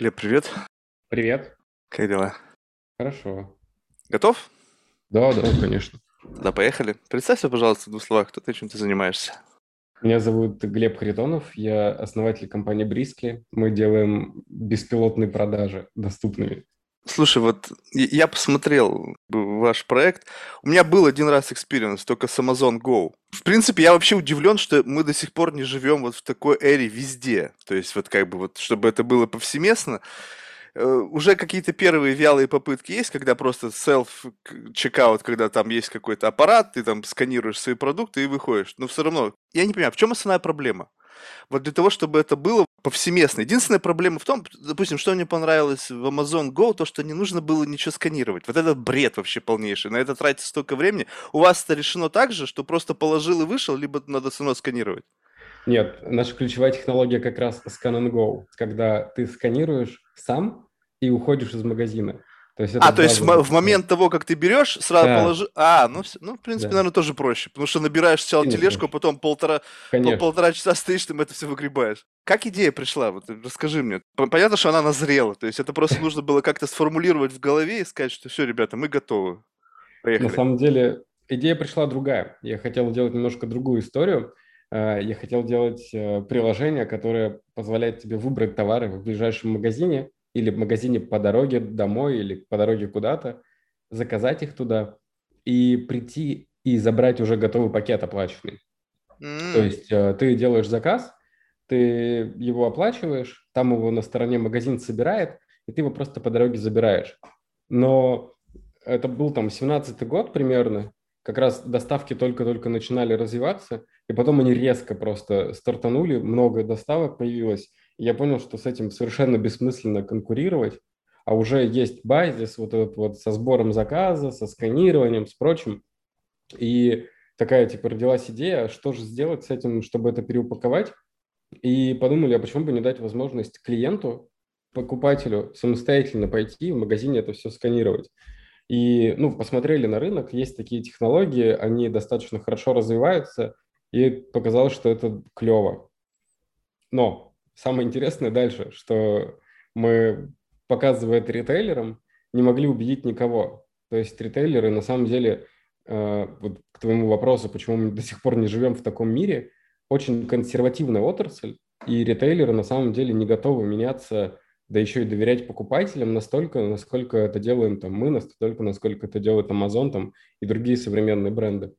Глеб, привет. Привет. Как дела? Хорошо. Готов? Да, да, конечно. Тогда поехали. Представься, пожалуйста, в двух словах, кто ты, чем ты занимаешься. Меня зовут Глеб Харитонов, я основатель компании Briskly. Мы делаем беспилотные продажи доступными. Слушай, вот я посмотрел ваш проект. У меня был один раз экспириенс, только с Amazon Go. В принципе, я вообще удивлен, что мы до сих пор не живем вот в такой эре везде. То есть вот как бы вот, чтобы это было повсеместно. Уже какие-то первые вялые попытки есть, когда просто self-чекаут, когда там есть какой-то аппарат, ты там сканируешь свои продукты и выходишь. Но все равно, я не понимаю, в чем основная проблема? Вот для того, чтобы это было повсеместно. Единственная проблема в том, допустим, что мне понравилось в Amazon Go, то, что не нужно было ничего сканировать. Вот это бред вообще полнейший. На это тратить столько времени. У вас это решено так же, что просто положил и вышел, либо надо все равно сканировать? Нет, наша ключевая технология как раз Scan and Go, когда ты сканируешь сам и уходишь из магазина. То есть это А, то есть базовый в подход. момент того, как ты берешь, сразу Да, положи. А, ну, ну, в принципе, да, наверное, тоже проще. Потому что набираешь сначала сильно тележку, а проще. потом Конечно. полтора часа стоишь, там это все выгребаешь. Как идея пришла? Вот расскажи мне. Понятно, что она назрела. То есть это просто нужно было как-то сформулировать в голове и сказать, что все, ребята, мы готовы. На Поехали. самом деле идея пришла другая. Я хотел делать немножко другую историю. Я хотел делать приложение, которое позволяет тебе выбрать товары в ближайшем магазине или в магазине по дороге домой или по дороге куда-то, заказать их туда и прийти и забрать уже готовый пакет оплаченный. То М. есть ты делаешь заказ, ты его оплачиваешь, там его на стороне магазин собирает, и ты его просто по дороге забираешь. Но это был там 17-й год примерно, как раз доставки только-только начинали развиваться, и потом они резко просто стартанули, много доставок появилось, и я понял, что с этим совершенно бессмысленно конкурировать, а уже есть базис вот этот вот со сбором заказа, со сканированием, с прочим, и такая типа родилась идея, что же сделать с этим, чтобы это переупаковать, и подумали, а почему бы не дать возможность клиенту, покупателю самостоятельно пойти в магазине это все сканировать. И, ну, посмотрели на рынок, есть такие технологии, они достаточно хорошо развиваются, и показалось, что это клево. Но самое интересное дальше, что мы, показывая это ритейлерам, не могли убедить никого. То есть ритейлеры на самом деле, вот к твоему вопросу, почему мы до сих пор не живем в таком мире, очень консервативная отрасль, и ритейлеры на самом деле не готовы меняться, да еще и доверять покупателям настолько, насколько это делаем там мы, настолько, насколько это делает Amazon там, и другие современные бренды.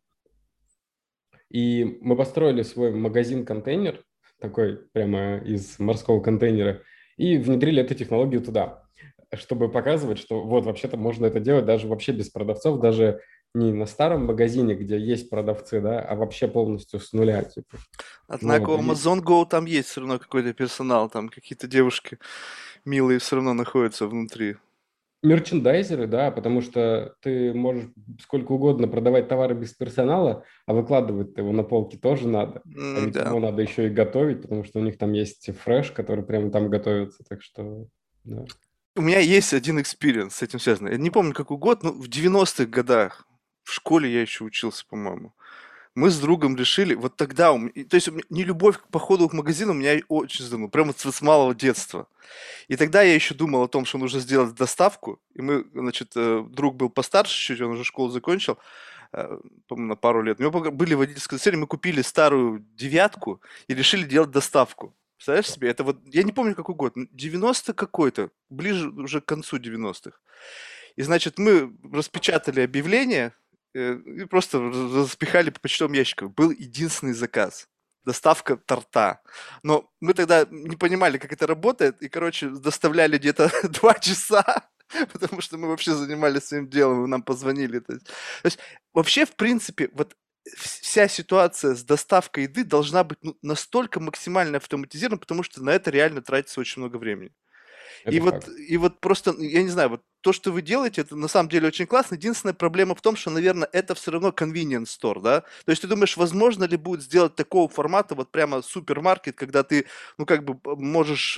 И мы построили свой магазин-контейнер, такой прямо из морского контейнера, и внедрили эту технологию туда, чтобы показывать, что вот вообще-то можно это делать даже вообще без продавцов, даже не на старом магазине, где есть продавцы, да, а вообще полностью с нуля, типа. Однако Вот. у Amazon Go там есть все равно какой-то персонал, там какие-то девушки милые все равно находятся внутри. Мерчендайзеры, да, потому что ты можешь сколько угодно продавать товары без персонала, а выкладывать его на полки тоже надо. А ведь Да. его надо еще и готовить, потому что у них там есть фреш, который прямо там готовится. Так что, да. У меня есть один экспириенс с этим связан. Я не помню, какой год, но в 90-х годах в школе я еще учился, по-моему. Мы с другом решили, вот тогда, то есть не любовь к походу к магазину у меня очень давно, прямо с малого детства. И тогда я еще думал о том, что нужно сделать доставку. И мы, значит, друг был постарше чуть, он уже школу закончил, по-моему, на пару лет. У него были водительские удостоверения, мы купили старую девятку и решили делать доставку. Представляешь себе, это вот, я не помню какой год, 90 какой-то, ближе уже к концу 90-х. И, значит, мы распечатали объявление и просто запихали по почтовым ящикам. Был единственный заказ. Доставка торта. Но мы тогда не понимали, как это работает, и, короче, доставляли где-то 2 часа, потому что мы вообще занимались своим делом, и нам позвонили. То есть вообще, в принципе, вот вся ситуация с доставкой еды должна быть ну, настолько максимально автоматизирована, потому что на это реально тратится очень много времени. И Это вот, факт. и вот просто, я не знаю, вот то, что вы делаете, это на самом деле очень классно. Единственная проблема в том, что, наверное, это все равно convenience store, да? То есть ты думаешь, возможно ли будет сделать такого формата, вот прямо супермаркет, когда ты, ну, как бы можешь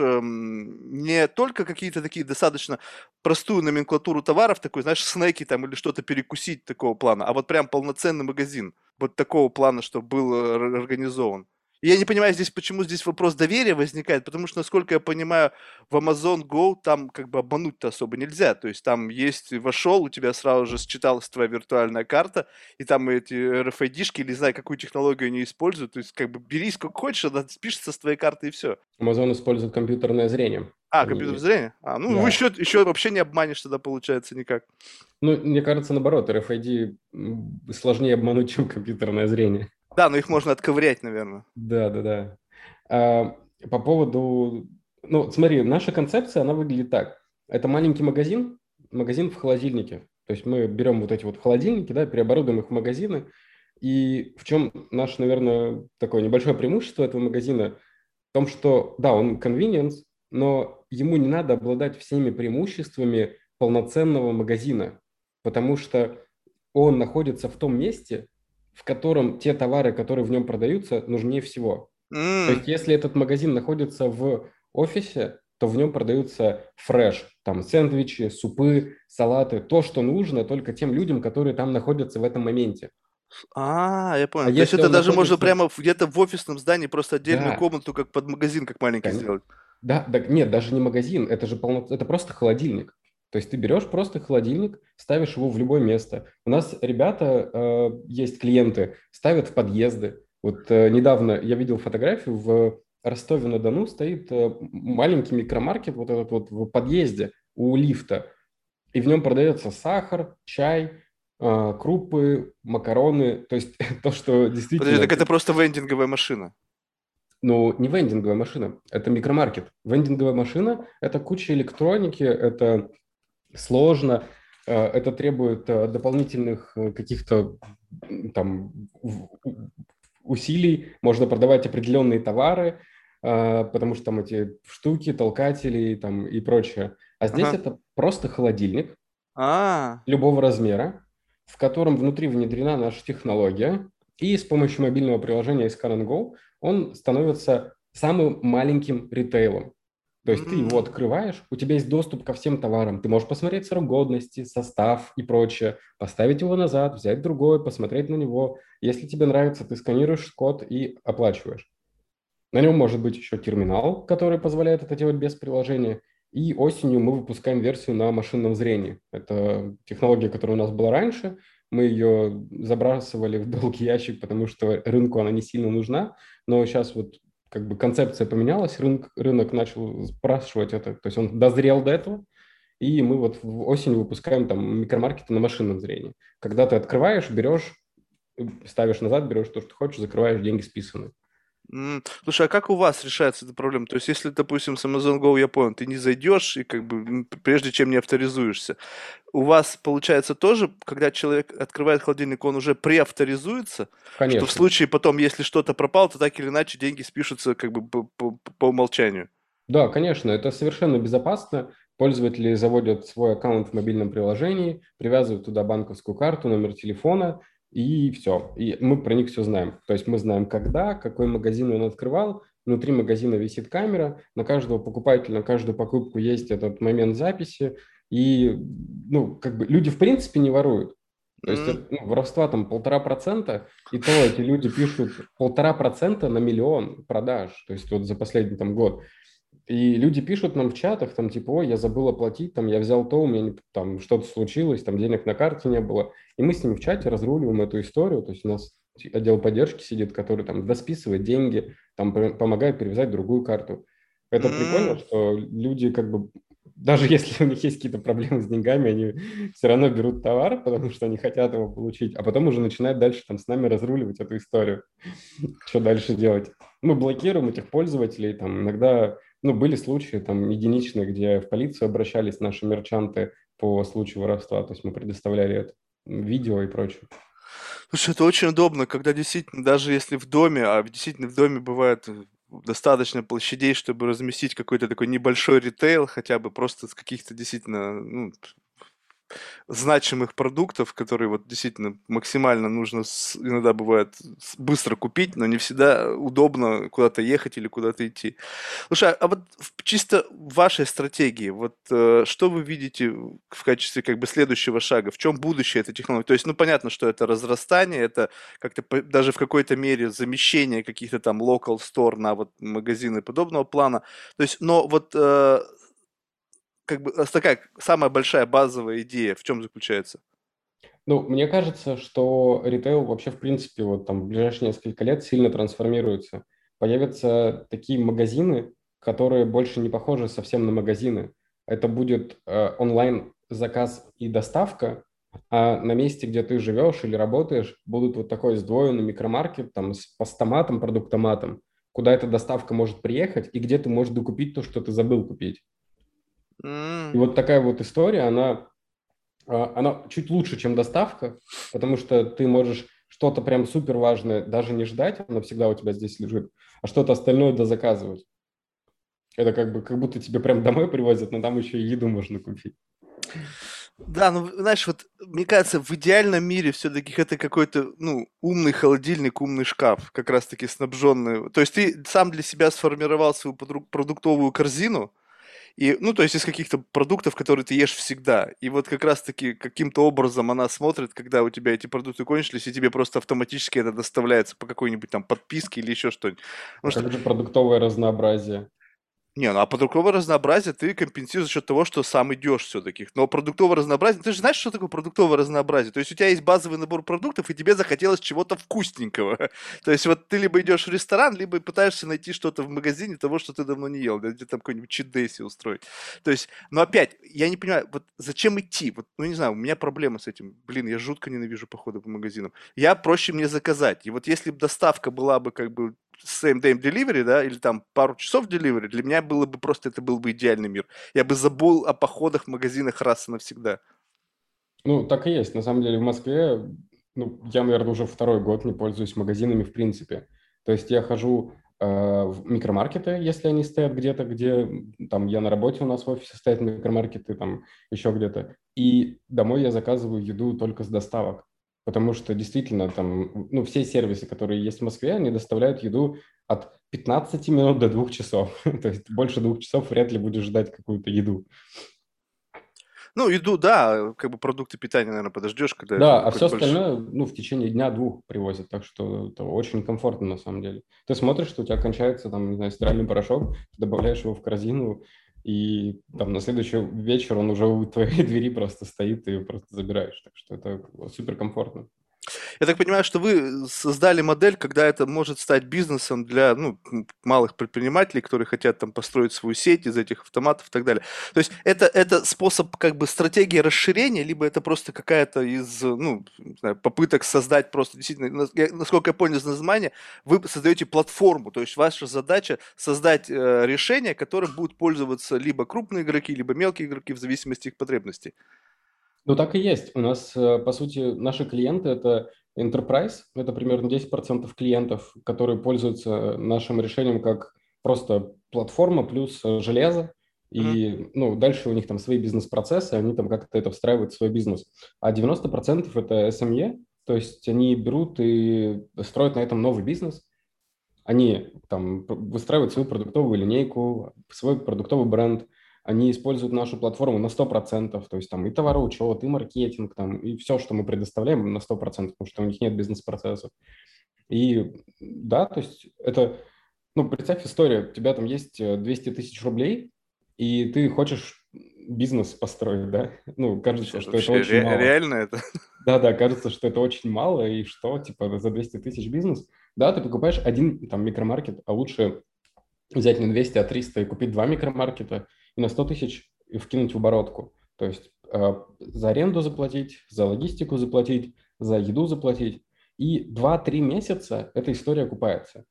не только какие-то такие достаточно простую номенклатуру товаров, такой, знаешь, снеки там или что-то перекусить такого плана, а вот прям полноценный магазин, вот такого плана, чтобы был организован. И я не понимаю здесь, почему здесь вопрос доверия возникает, потому что, насколько я понимаю, в Amazon Go там как бы обмануть-то особо нельзя. То есть там есть, вошел, у тебя сразу же считалась твоя виртуальная карта, и там эти RFID-шки, или не знаю, какую технологию они используют. То есть как бы бери сколько хочешь, она спишется с твоей карты и все. Amazon использует компьютерное зрение. А, компьютерное Они, зрение? А, ну да. еще вообще не обманешь тогда, получается, никак. Ну, мне кажется, наоборот, RFID сложнее обмануть, чем компьютерное зрение. Да, но их можно отковырять, наверное. Да, да, да. По поводу... Ну, смотри, наша концепция, она выглядит так. Это маленький магазин, магазин в холодильнике. То есть мы берем вот эти вот холодильники, да, переоборудуем их в магазины. И в чем наше, наверное, такое небольшое преимущество этого магазина? В том, что, да, он convenience, но ему не надо обладать всеми преимуществами полноценного магазина, потому что он находится в том месте, в котором те товары, которые в нем продаются, нужнее всего. То М, есть, если этот магазин находится в офисе, то в нем продаются фреш, там сэндвичи, супы, салаты, то, что нужно только тем людям, которые там находятся в этом моменте. я А понял. То есть если это он даже можно находится... прямо где-то в офисном здании просто отдельную Да, комнату, как под магазин, как маленький кон- сделать. да, да, нет, даже не магазин, это же это просто холодильник. То есть ты берешь просто холодильник, ставишь его в любое место. У нас ребята, есть клиенты, ставят в подъезды. Вот недавно я видел фотографию, в Ростове-на-Дону стоит маленький микромаркет вот этот вот в подъезде у лифта. И в нем продается сахар, чай, крупы, макароны. То есть то, что Подожди, действительно... так это просто вендинговая машина. Ну, не вендинговая машина, это микромаркет. Вендинговая машина– это куча электроники, это сложно, это требует дополнительных каких-то там усилий. Можно продавать определенные товары, потому что там эти штуки, толкатели там, и прочее. А здесь Ага. это просто холодильник А, любого размера, в котором внутри внедрена наша технология, и с помощью мобильного приложения Scan and Go он становится самым маленьким ритейлом. То есть ты его м, открываешь, у тебя есть доступ ко всем товарам, ты можешь посмотреть срок годности, состав и прочее, поставить его назад, взять другой, посмотреть на него. Если тебе нравится, ты сканируешь код и оплачиваешь. На нем может быть еще терминал, который позволяет это делать без приложения. И осенью мы выпускаем версию на машинном зрении. Это технология, которая у нас была раньше. Мы ее забрасывали в долгий ящик, потому что рынку она не сильно нужна. Но сейчас вот как бы концепция поменялась, рынок начал спрашивать это. То есть он дозрел до этого. И мы вот в осенью выпускаем там микромаркеты на машинном зрении. Когда ты открываешь, берешь, ставишь назад, берешь то, что хочешь, закрываешь, деньги списаны. Слушай, а как у вас решается эта проблема? То есть, если, допустим, с Amazon Go, я понял, ты не зайдешь и как бы прежде чем не авторизуешься, у вас получается тоже, когда человек открывает холодильник, он уже преавторизуется, что в Конечно. случае потом, если что-то пропало, то так или иначе деньги спишутся как бы по умолчанию. Да, конечно, это совершенно безопасно. Пользователи заводят свой аккаунт в мобильном приложении, привязывают туда банковскую карту, номер телефона, и все. И мы про них все знаем. То есть мы знаем, когда, какой магазин он открывал. Внутри магазина висит камера, на каждого покупателя, на каждую покупку есть этот момент записи. И, ну, как бы люди в принципе не воруют. То есть М, воровства там 1,5%, и то эти люди пишут 1,5% на миллион продаж, то есть вот за последний там год. И люди пишут нам в чатах, там, типа, ой, я забыл оплатить, там, я взял то, у меня там что-то случилось, там, денег на карте не было. И мы с ними в чате разруливаем эту историю, то есть у нас отдел поддержки сидит, который там досписывает деньги, там, помогает перевязать другую карту. Это прикольно, м. что люди как бы, даже если у них есть какие-то проблемы с деньгами, они все равно берут товар, потому что они хотят его получить, а потом уже начинают дальше там с нами разруливать эту историю. Что дальше делать? Мы блокируем этих пользователей, там иногда, ну, были случаи там единичные, где в полицию обращались наши мерчанты по случаю воровства, то есть мы предоставляли это, видео и прочее. Слушай, это очень удобно, когда действительно, даже если в доме, а действительно в доме бывает достаточно площадей, чтобы разместить какой-то такой небольшой ритейл, хотя бы просто с каких-то действительно, ну, значимых продуктов, которые вот действительно максимально нужно иногда бывает быстро купить, но не всегда удобно куда-то ехать или куда-то идти. Слушай, а вот чисто в вашей стратегии, вот что вы видите в качестве как бы следующего шага? В чем будущее этой технологии? То есть, ну понятно, что это разрастание, это как-то даже в какой-то мере замещение каких-то там local store на вот магазины подобного плана. То есть, но вот как бы такая самая большая базовая идея в чем заключается? Ну, мне кажется, что ритейл вообще, в принципе, вот там в ближайшие несколько лет сильно трансформируется. Появятся такие магазины, которые больше не похожи совсем на магазины. Это будет онлайн-заказ и доставка, а на месте, где ты живешь или работаешь, будут вот такой сдвоенный микромаркет там с постаматом, продуктоматом, куда эта доставка может приехать и где ты можешь докупить то, что ты забыл купить. И М. вот такая вот история, она чуть лучше, чем доставка, потому что ты можешь что-то прям супер важное даже не ждать, оно всегда у тебя здесь лежит, а что-то остальное дозаказывать. Это как бы как будто тебе прям домой привозят, но там еще и еду можно купить. Да, ну, знаешь, вот мне кажется, в идеальном мире все-таки это какой-то, ну, умный холодильник, умный шкаф, как раз-таки снабженный. То есть ты сам для себя сформировал свою продуктовую корзину, и, ну, то есть из каких-то продуктов, которые ты ешь всегда. И вот как раз-таки каким-то образом она смотрит, когда у тебя эти продукты кончились, и тебе просто автоматически это доставляется по какой-нибудь там подписке или еще что-нибудь. А Потому что как же продуктовое разнообразие? не, ну а продуктовое разнообразие ты компенсируешь за счет того, что сам идешь все-таки. Но продуктовое разнообразие, ты же знаешь, что такое продуктовое разнообразие? То есть у тебя есть базовый набор продуктов, и тебе захотелось чего-то вкусненького. То есть вот ты либо идешь в ресторан, либо пытаешься найти что-то в магазине того, что ты давно не ел, да, где там какой-нибудь чит-дэй себе устроить. То есть, но опять, я не понимаю, вот зачем идти? Вот, ну не знаю, у меня проблема с этим. Блин, я жутко ненавижу походы по магазинам. Я проще мне заказать. И вот если бы доставка была бы как бы same day delivery, да, или там пару часов delivery, для меня было бы просто, это был бы идеальный мир. Я бы забыл о походах в магазинах раз и навсегда. Ну, так и есть. На самом деле в Москве, ну, я, наверное, уже второй год не пользуюсь магазинами в принципе. То есть я хожу в микромаркеты, если они стоят где-то, где там я на работе, у нас в офисе стоят микромаркеты, там еще где-то. И домой я заказываю еду только с доставок. Потому что действительно там, ну, все сервисы, которые есть в Москве, они доставляют еду от 15 минут до 2 часов. То есть больше 2 часов вряд ли будешь ждать какую-то еду. Ну, еду, да, как бы продукты питания, наверное, подождешь, когда это Да, а какой-то все больше. остальное, ну, в течение дня-двух привозят, так что это очень комфортно на самом деле. Ты смотришь, что у тебя кончается, там, не знаю, стиральный порошок, ты добавляешь его в корзину, и там на следующий вечер он уже у твоей двери просто стоит, ты его просто забираешь. Так что это супер комфортно. Я так понимаю, что вы создали модель, когда это может стать бизнесом для, ну, малых предпринимателей, которые хотят там построить свою сеть из этих автоматов и так далее. То есть это способ, как бы, стратегии расширения, либо это просто какая-то из, ну, не знаю, попыток создать просто действительно, насколько я понял из названия, вы создаете платформу, то есть ваша задача создать решение, которым будут пользоваться либо крупные игроки, либо мелкие игроки в зависимости от их потребностей. Ну, так и есть. У нас, по сути, наши клиенты – это enterprise, это примерно 10% клиентов, которые пользуются нашим решением как просто платформа плюс железо, Мгм. и ну, дальше у них там свои бизнес-процессы, они там как-то это встраивают в свой бизнес. А 90% это SME, то есть они берут и строят на этом новый бизнес, они там выстраивают свою продуктовую линейку, свой продуктовый бренд, они используют нашу платформу на 100%, то есть там и товароучет, и маркетинг, там, и все, что мы предоставляем на 100%, потому что у них нет бизнес-процессов. И да, то есть это, ну, представь историю, у тебя там есть 200 тысяч рублей, и ты хочешь бизнес построить, да? Ну, кажется, что это Вообще очень мало. реально это? Да-да, кажется, что это очень мало, и что, типа, за 200 тысяч бизнес? Да, ты покупаешь один там микромаркет, а лучше взять не 200, а 300 и купить два микромаркета и на 100 тысяч вкинуть в оборотку. То есть за аренду заплатить, за логистику заплатить, за еду заплатить. И 2-3 месяца эта история окупается.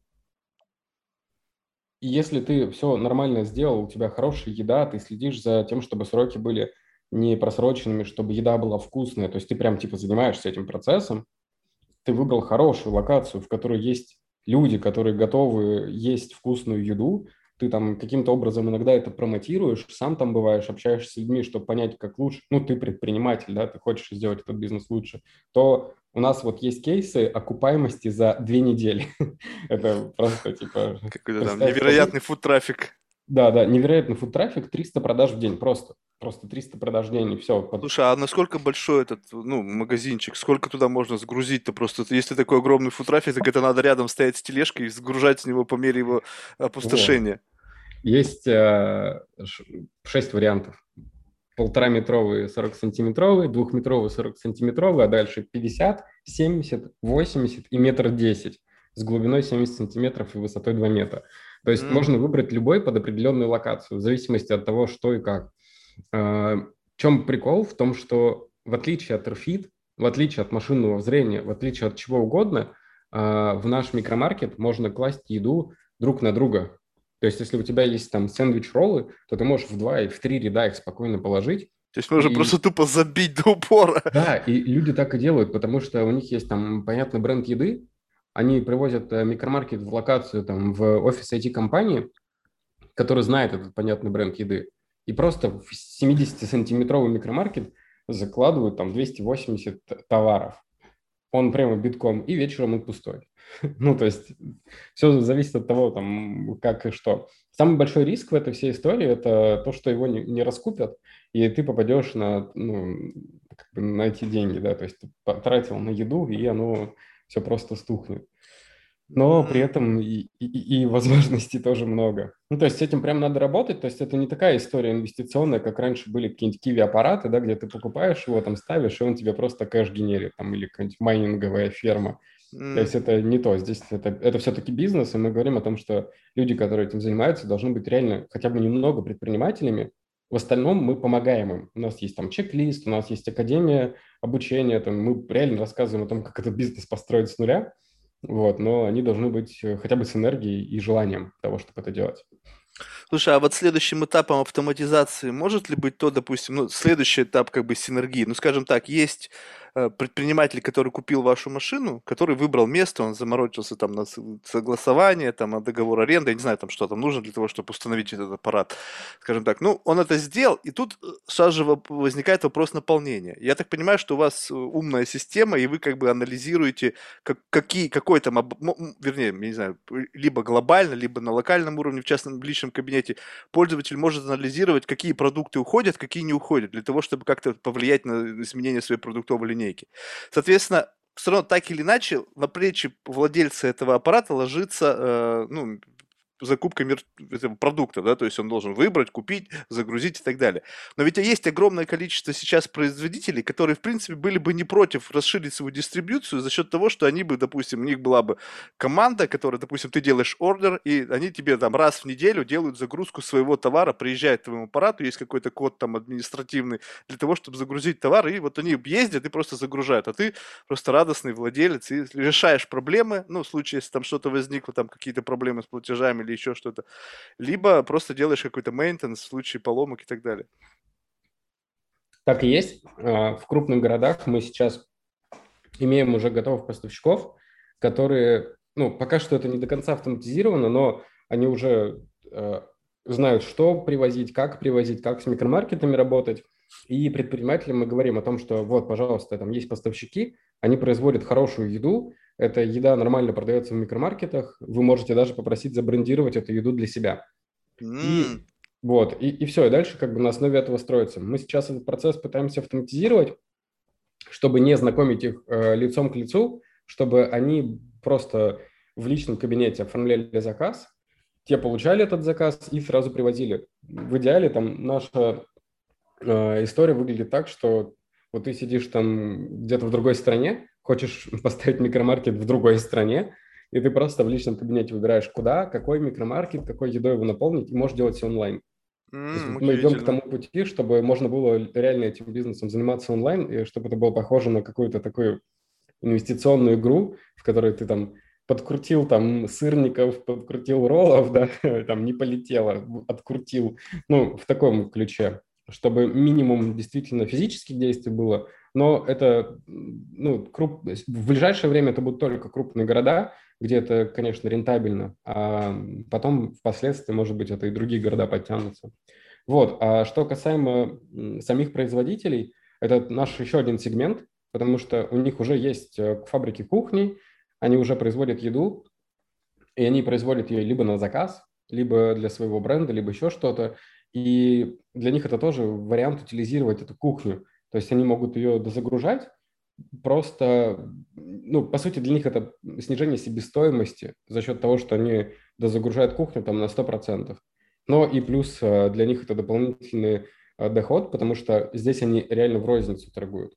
И если ты все нормально сделал, у тебя хорошая еда, ты следишь за тем, чтобы сроки были не просроченными, чтобы еда была вкусная, то есть ты прям типа занимаешься этим процессом, ты выбрал хорошую локацию, в которой есть люди, которые готовы есть вкусную еду, ты там каким-то образом иногда это промотируешь, сам там бываешь, общаешься с людьми, чтобы понять, как лучше, ну, ты предприниматель, да, ты хочешь сделать этот бизнес лучше, то у нас вот есть кейсы окупаемости за 2 недели. Это просто, типа, Какой-то там представь себе, невероятный фуд-трафик. да, да, невероятный фуд-трафик, 300 продаж в день, просто 300 продаж в день, и все. Слушай, а насколько большой этот, ну, магазинчик? Сколько туда можно сгрузить-то просто? Если такой огромный фуд-трафик, так это надо рядом стоять с тележкой и сгружать с него по мере его опустошения. Есть 6 вариантов. 1,5-метровый 40-сантиметровый, 2-метровый 40-сантиметровый, а дальше 50, 70, 80 и 1,10 м с глубиной 70 сантиметров и высотой 2 метра. То есть М, можно выбрать любой под определенную локацию, в зависимости от того, что и как. В чем прикол? В том, что в отличие от RFID, в отличие от машинного зрения, в отличие от чего угодно, в наш микромаркет можно класть еду друг на друга. То есть, если у тебя есть там сэндвич-роллы, то ты можешь в 2 и в 3 ряда их спокойно положить. То есть можно просто И тупо забить до упора. да, и люди так и делают, потому что у них есть там понятный бренд еды, они привозят микромаркет в локацию там в офис IT-компании, который знает этот понятный бренд еды, и просто в 70-сантиметровый микромаркет закладывают там 280 товаров. Он прямо битком, и вечером он пустой. Ну, то есть все зависит от того, там, как и что. Самый большой риск в этой всей истории – это то, что его не раскупят, и ты попадешь на, ну, как бы на эти деньги, да, то есть ты потратил на еду, и оно все просто стухнет. Но при М, этом и возможностей тоже много. Ну, то есть с этим прям надо работать. То есть это не такая история инвестиционная, как раньше были какие-нибудь киви-аппараты, да, где ты покупаешь его, там ставишь, и он тебе просто кэш генерит, там, или какая-нибудь майнинговая ферма. То м. есть это не то. Здесь это все-таки бизнес, и мы говорим о том, что люди, которые этим занимаются, должны быть реально хотя бы немного предпринимателями. В остальном мы помогаем им. У нас есть там чек-лист, у нас есть академия обучения, там, мы реально рассказываем о том, как этот бизнес построить с нуля. Вот, но они должны быть хотя бы с энергией и желанием того, чтобы это делать. Слушай, а вот следующим этапом автоматизации может ли быть то, допустим, ну, следующий этап как бы синергии? Ну, скажем так, есть предприниматель, который купил вашу машину, который выбрал место, он заморочился там на согласование, там, на договор аренды, я не знаю, там, что там нужно для того, чтобы установить этот аппарат, скажем так. Ну, он это сделал, и тут сразу же возникает вопрос наполнения. Я так понимаю, что у вас умная система, и вы как бы анализируете, какой там, вернее, я не знаю, либо глобально, либо на локальном уровне, в частном, в личном кабинете, пользователь может анализировать, какие продукты уходят, какие не уходят, для того, чтобы как-то повлиять на изменение своей продуктовой линейки. Соответственно, все равно так или иначе на плечи владельца этого аппарата ложится, ну, закупка этого продукта, да, то есть он должен выбрать, купить, загрузить и так далее. Но ведь есть огромное количество сейчас производителей, которые, в принципе, были бы не против расширить свою дистрибьюцию за счет того, что они бы, допустим, у них была бы команда, которая, допустим, ты делаешь ордер, и они тебе там раз в неделю делают загрузку своего товара, приезжает к твоему аппарату, есть какой-то код там административный для того, чтобы загрузить товар, и вот они ездят и просто загружают, а ты просто радостный владелец и решаешь проблемы, ну, в случае, если там что-то возникло, там какие-то проблемы с платежами или еще что-то, либо просто делаешь какой-то мейнтенс в случае поломок и так далее. Так и есть. В крупных городах мы сейчас имеем уже готовых поставщиков, которые, ну, пока что это не до конца автоматизировано, но они уже знают, что привозить, как с микромаркетами работать. И предпринимателям мы говорим о том, что вот, пожалуйста, там есть поставщики, они производят хорошую еду, эта еда нормально продается в микромаркетах, вы можете даже попросить забрендировать эту еду для себя. М, И вот, и все, и дальше как бы на основе этого строится. Мы сейчас этот процесс пытаемся автоматизировать, чтобы не знакомить их лицом к лицу, чтобы они просто в личном кабинете оформляли заказ, те получали этот заказ и сразу привозили. В идеале там наша история выглядит так, что вот ты сидишь там где-то в другой стране, хочешь поставить микромаркет в другой стране, и ты просто в личном кабинете выбираешь, куда, какой микромаркет, какой едой его наполнить, и можешь делать все онлайн. То есть мы идем к удивительно. тому пути, чтобы можно было реально этим бизнесом заниматься онлайн, и чтобы это было похоже на какую-то такую инвестиционную игру, в которой ты там подкрутил там сырников, подкрутил роллов, да, там не полетело, открутил, ну, в таком ключе, чтобы минимум действительно физических действий было, но это, ну, в ближайшее время это будут только крупные города, где это, конечно, рентабельно, а потом впоследствии, может быть, это и другие города подтянутся. Вот. А что касаемо самих производителей, это наш еще один сегмент, потому что у них уже есть фабрики кухни, они уже производят еду, и они производят ее либо на заказ, либо для своего бренда, либо еще что-то. И для них это тоже вариант утилизировать эту кухню. То есть они могут ее дозагружать, просто, ну, по сути, для них это снижение себестоимости за счет того, что они дозагружают кухню там на 100%. Но и плюс для них это дополнительный доход, потому что здесь они реально в розницу торгуют.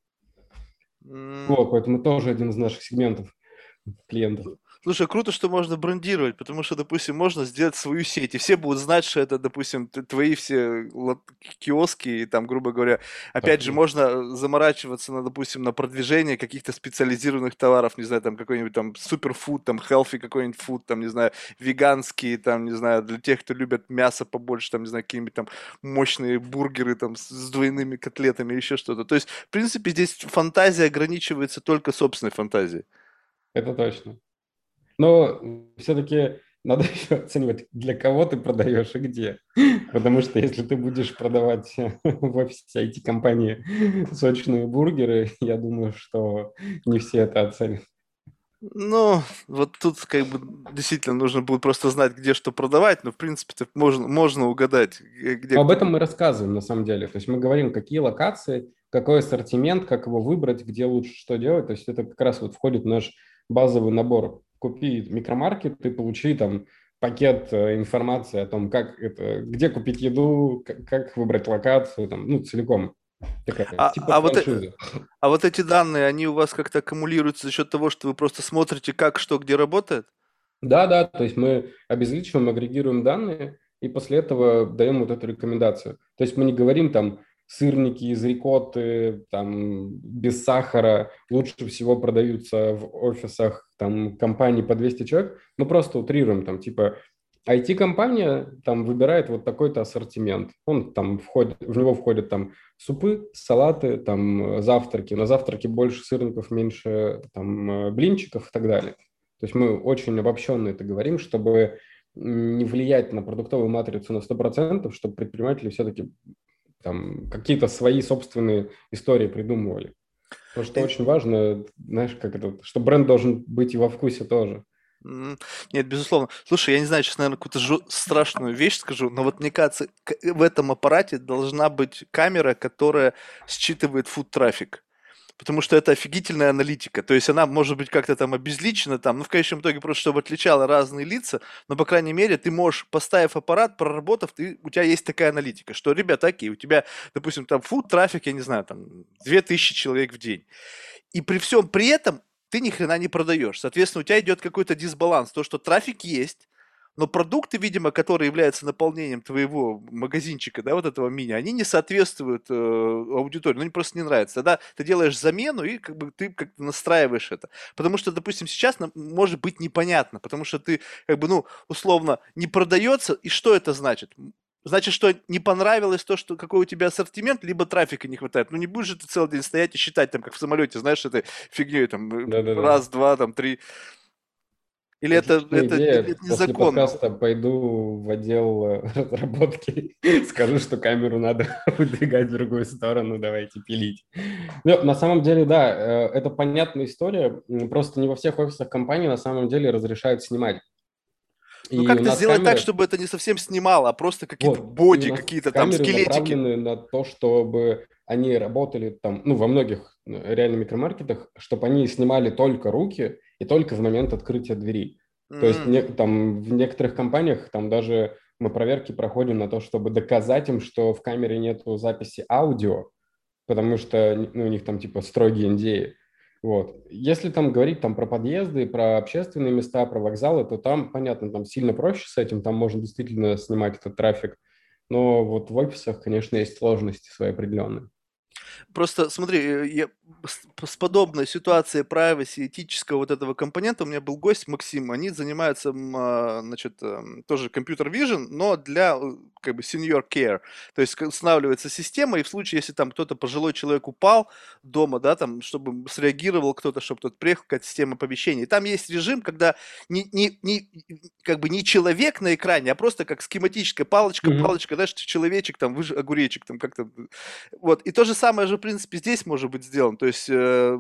М, Вот, поэтому тоже один из наших сегментов клиентов. Слушай, круто, что можно брендировать, потому что, допустим, можно сделать свою сеть, и все будут знать, что это, допустим, твои все киоски, и там, грубо говоря, опять Так же, и есть. можно заморачиваться на, допустим, на продвижение каких-то специализированных товаров, не знаю, там какой-нибудь там суперфуд, там healthy какой-нибудь фуд, там, не знаю, веганские, там, не знаю, для тех, кто любит мясо побольше, там, не знаю, какие-нибудь там мощные бургеры там с двойными котлетами, еще что-то. То есть, в принципе, здесь фантазия ограничивается только собственной фантазией. Это точно. Но все-таки надо еще оценивать, для кого ты продаешь и где. Потому что если ты будешь продавать в офисе IT-компании сочные бургеры, я думаю, что не все это оценят. Ну, вот тут как бы действительно нужно будет просто знать, где что продавать, но в принципе можно угадать, где Но об кто этом будет. мы рассказываем на самом деле. То есть мы говорим, какие локации, какой ассортимент, как его выбрать, где лучше что делать. То есть это как раз вот входит в наш базовый набор. Купи микромаркет, ты получи там пакет информации о том, как это, где купить еду, как выбрать локацию, там, ну, целиком. Такая, А, типа а, вот, франшиза. а вот эти данные, они у вас как-то аккумулируются за счет того, что вы просто смотрите, как что где работает? Да, да, то есть мы обезличиваем, агрегируем данные и после этого даем вот эту рекомендацию. То есть мы не говорим там сырники из рикотты, там без сахара лучше всего продаются в офисах там компаний по 200 человек. Мы просто утрируем там типа IT-компания там выбирает вот такой-то ассортимент. Он там входит, в него входят там супы, салаты, там завтраки. На завтраке больше сырников, меньше там блинчиков и так далее. То есть мы очень обобщенно это говорим, чтобы не влиять на продуктовую матрицу на 100%, чтобы предприниматели все-таки там какие-то свои собственные истории придумывали. Потому что Я очень важно, знаешь, как это, что бренд должен быть и во вкусе тоже. М, Нет, безусловно. Слушай, я не знаю, сейчас, наверное, какую-то страшную вещь скажу, но вот мне кажется, в этом аппарате должна быть камера, которая считывает фуд-трафик. Потому что это офигительная аналитика. То есть она может быть как-то там обезличена, там, ну, в конечном итоге просто, чтобы отличала разные лица, но, по крайней мере, ты можешь, поставив аппарат, проработав, у тебя есть такая аналитика, что, ребята, окей, у тебя, допустим, там фуд-трафик, я не знаю, там, 2000 человек в день. И при всем при этом ты ни хрена не продаешь. Соответственно, у тебя идет какой-то дисбаланс. То, что трафик есть, но продукты, видимо, которые являются наполнением твоего магазинчика, да, вот этого мини, они не соответствуют аудитории, ну, они просто не нравятся. Тогда ты делаешь замену и как бы ты как-то настраиваешь это. Потому что, допустим, сейчас нам может быть непонятно, потому что ты как бы, ну, условно, не продается, и что это значит? Значит, что не понравилось то, что какой у тебя ассортимент, либо трафика не хватает. Ну, не будешь же ты целый день стоять и считать, там, как в самолете, знаешь, этой фигней, там, Да-да-да. раз, два, там, три. Или это, Отличная это, идея. это После незаконно? подкаста пойду в отдел разработки, скажу, что камеру надо выдвигать в другую сторону, давайте пилить. Ну, на самом деле, да, это понятная история. Просто не во всех офисах компании на самом деле разрешают снимать. Ну, И у как-то нас сделать так, камеры, чтобы это не совсем снимало, а просто какие-то вот, и у боди, нас какие-то там камеры скелетики. направлены на то, чтобы они работали там, ну, во многих реально микромаркетах, чтобы они снимали только руки и только в момент открытия двери. То есть М. там в некоторых компаниях там даже мы проверки проходим на то, чтобы доказать им, что в камере нету записи аудио, потому что ну, у них там типа строгие NDA. Вот. Если там говорить там про подъезды, про общественные места, про вокзалы, то там, понятно, там сильно проще с этим, там можно действительно снимать этот трафик. Но вот в офисах, конечно, есть сложности свои определенные. Просто смотри, с подобной ситуацией privacy, этического вот этого компонента, у меня был гость Максим, они занимаются, значит, тоже компьютер vision, но для как бы senior care, то есть устанавливается система, и в случае, если там кто-то, пожилой человек упал дома, да, там, чтобы среагировал кто-то, чтобы тот приехал, какая-то система оповещений. И там есть режим, когда как бы не человек на экране, а просто как схематическая палочка, Мгм. палочка, знаешь, человечек там, огуречек там как-то. Вот. И то же самое же, в принципе, здесь может быть сделано. То есть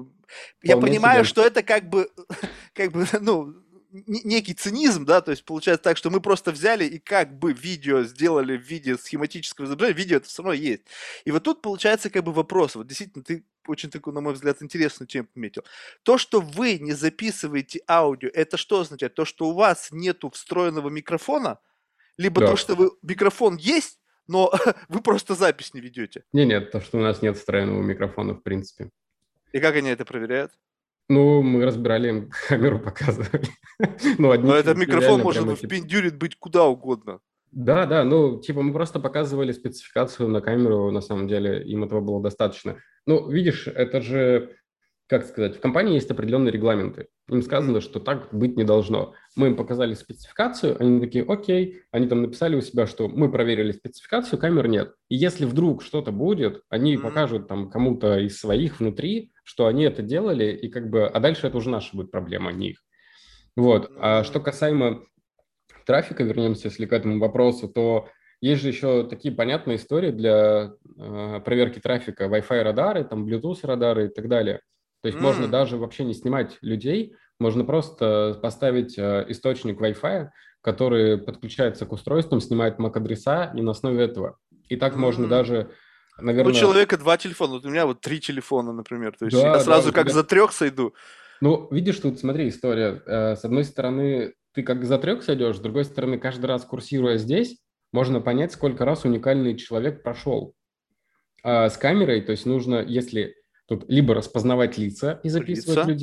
я Вполне понимаю, себе. что это как бы, как бы, ну, некий цинизм, да, то есть получается так, что мы просто взяли и как бы видео сделали в виде схематического изображения, видео это все равно есть. И вот тут получается как бы вопрос, вот действительно ты очень такую, на мой взгляд, интересную тему пометил. То, что вы не записываете аудио, это что означает? То, что у вас нету встроенного микрофона, либо то, Да. что микрофон есть, но вы просто запись не ведете. Не, нет, то, что у нас нет встроенного микрофона, в принципе. И как они это проверяют? Ну, мы разбирали им камеру, показывали. Ну, Но одни этот чуваки микрофон реально может прямо типа... впендюрить быть куда угодно. Да, да, ну, типа мы просто показывали спецификацию на камеру, на самом деле, им этого было достаточно. Ну, видишь, это же, как сказать, в компании есть определенные регламенты. Им Мгм. сказано, что так быть не должно. Мы им показали спецификацию, они такие, окей, они там написали у себя, что мы проверили спецификацию, камер нет. И если вдруг что-то будет, они М. покажут там кому-то из своих внутри, что они это делали, и как бы, а дальше это уже наша будет проблема, а не их. Вот. А что М. касаемо трафика, вернемся, если к этому вопросу, то есть же еще такие понятные истории для проверки трафика, Wi-Fi радары, там Bluetooth радары и так далее. То есть можно М. даже вообще не снимать людей, можно просто поставить источник Wi-Fi, который подключается к устройствам, снимает MAC-адреса, и на основе этого. И так можно М. даже, Ну, у наверное, человека два телефона, вот у меня вот три телефона, например. То есть я да, да, сразу у как тебя... за трех сойду. Ну, видишь, тут смотри, история. С одной стороны, ты как за трек сойдешь, с другой стороны, каждый раз курсируя здесь, можно понять, сколько раз уникальный человек прошел. А с камерой, то есть нужно, если тут либо распознавать лица и записывать Лица. людей,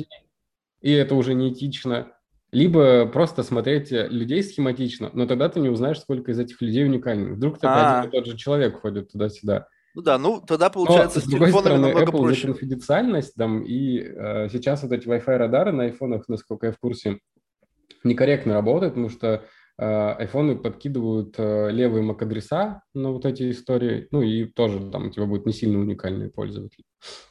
и это уже неэтично, либо просто смотреть людей схематично, но тогда ты не узнаешь, сколько из этих людей уникальных. Вдруг это один и А, тот же человек ходит туда-сюда. ну да, ну тогда Но, получается с с другой телефонами стороны, намного Apple за проще. конфиденциальность там, и сейчас вот эти Wi-Fi радары на айфонах, насколько я в курсе, некорректно работает, потому что айфоны подкидывают левые MAC-адреса на вот эти истории, ну и тоже там у тебя будет не сильно уникальный пользователь.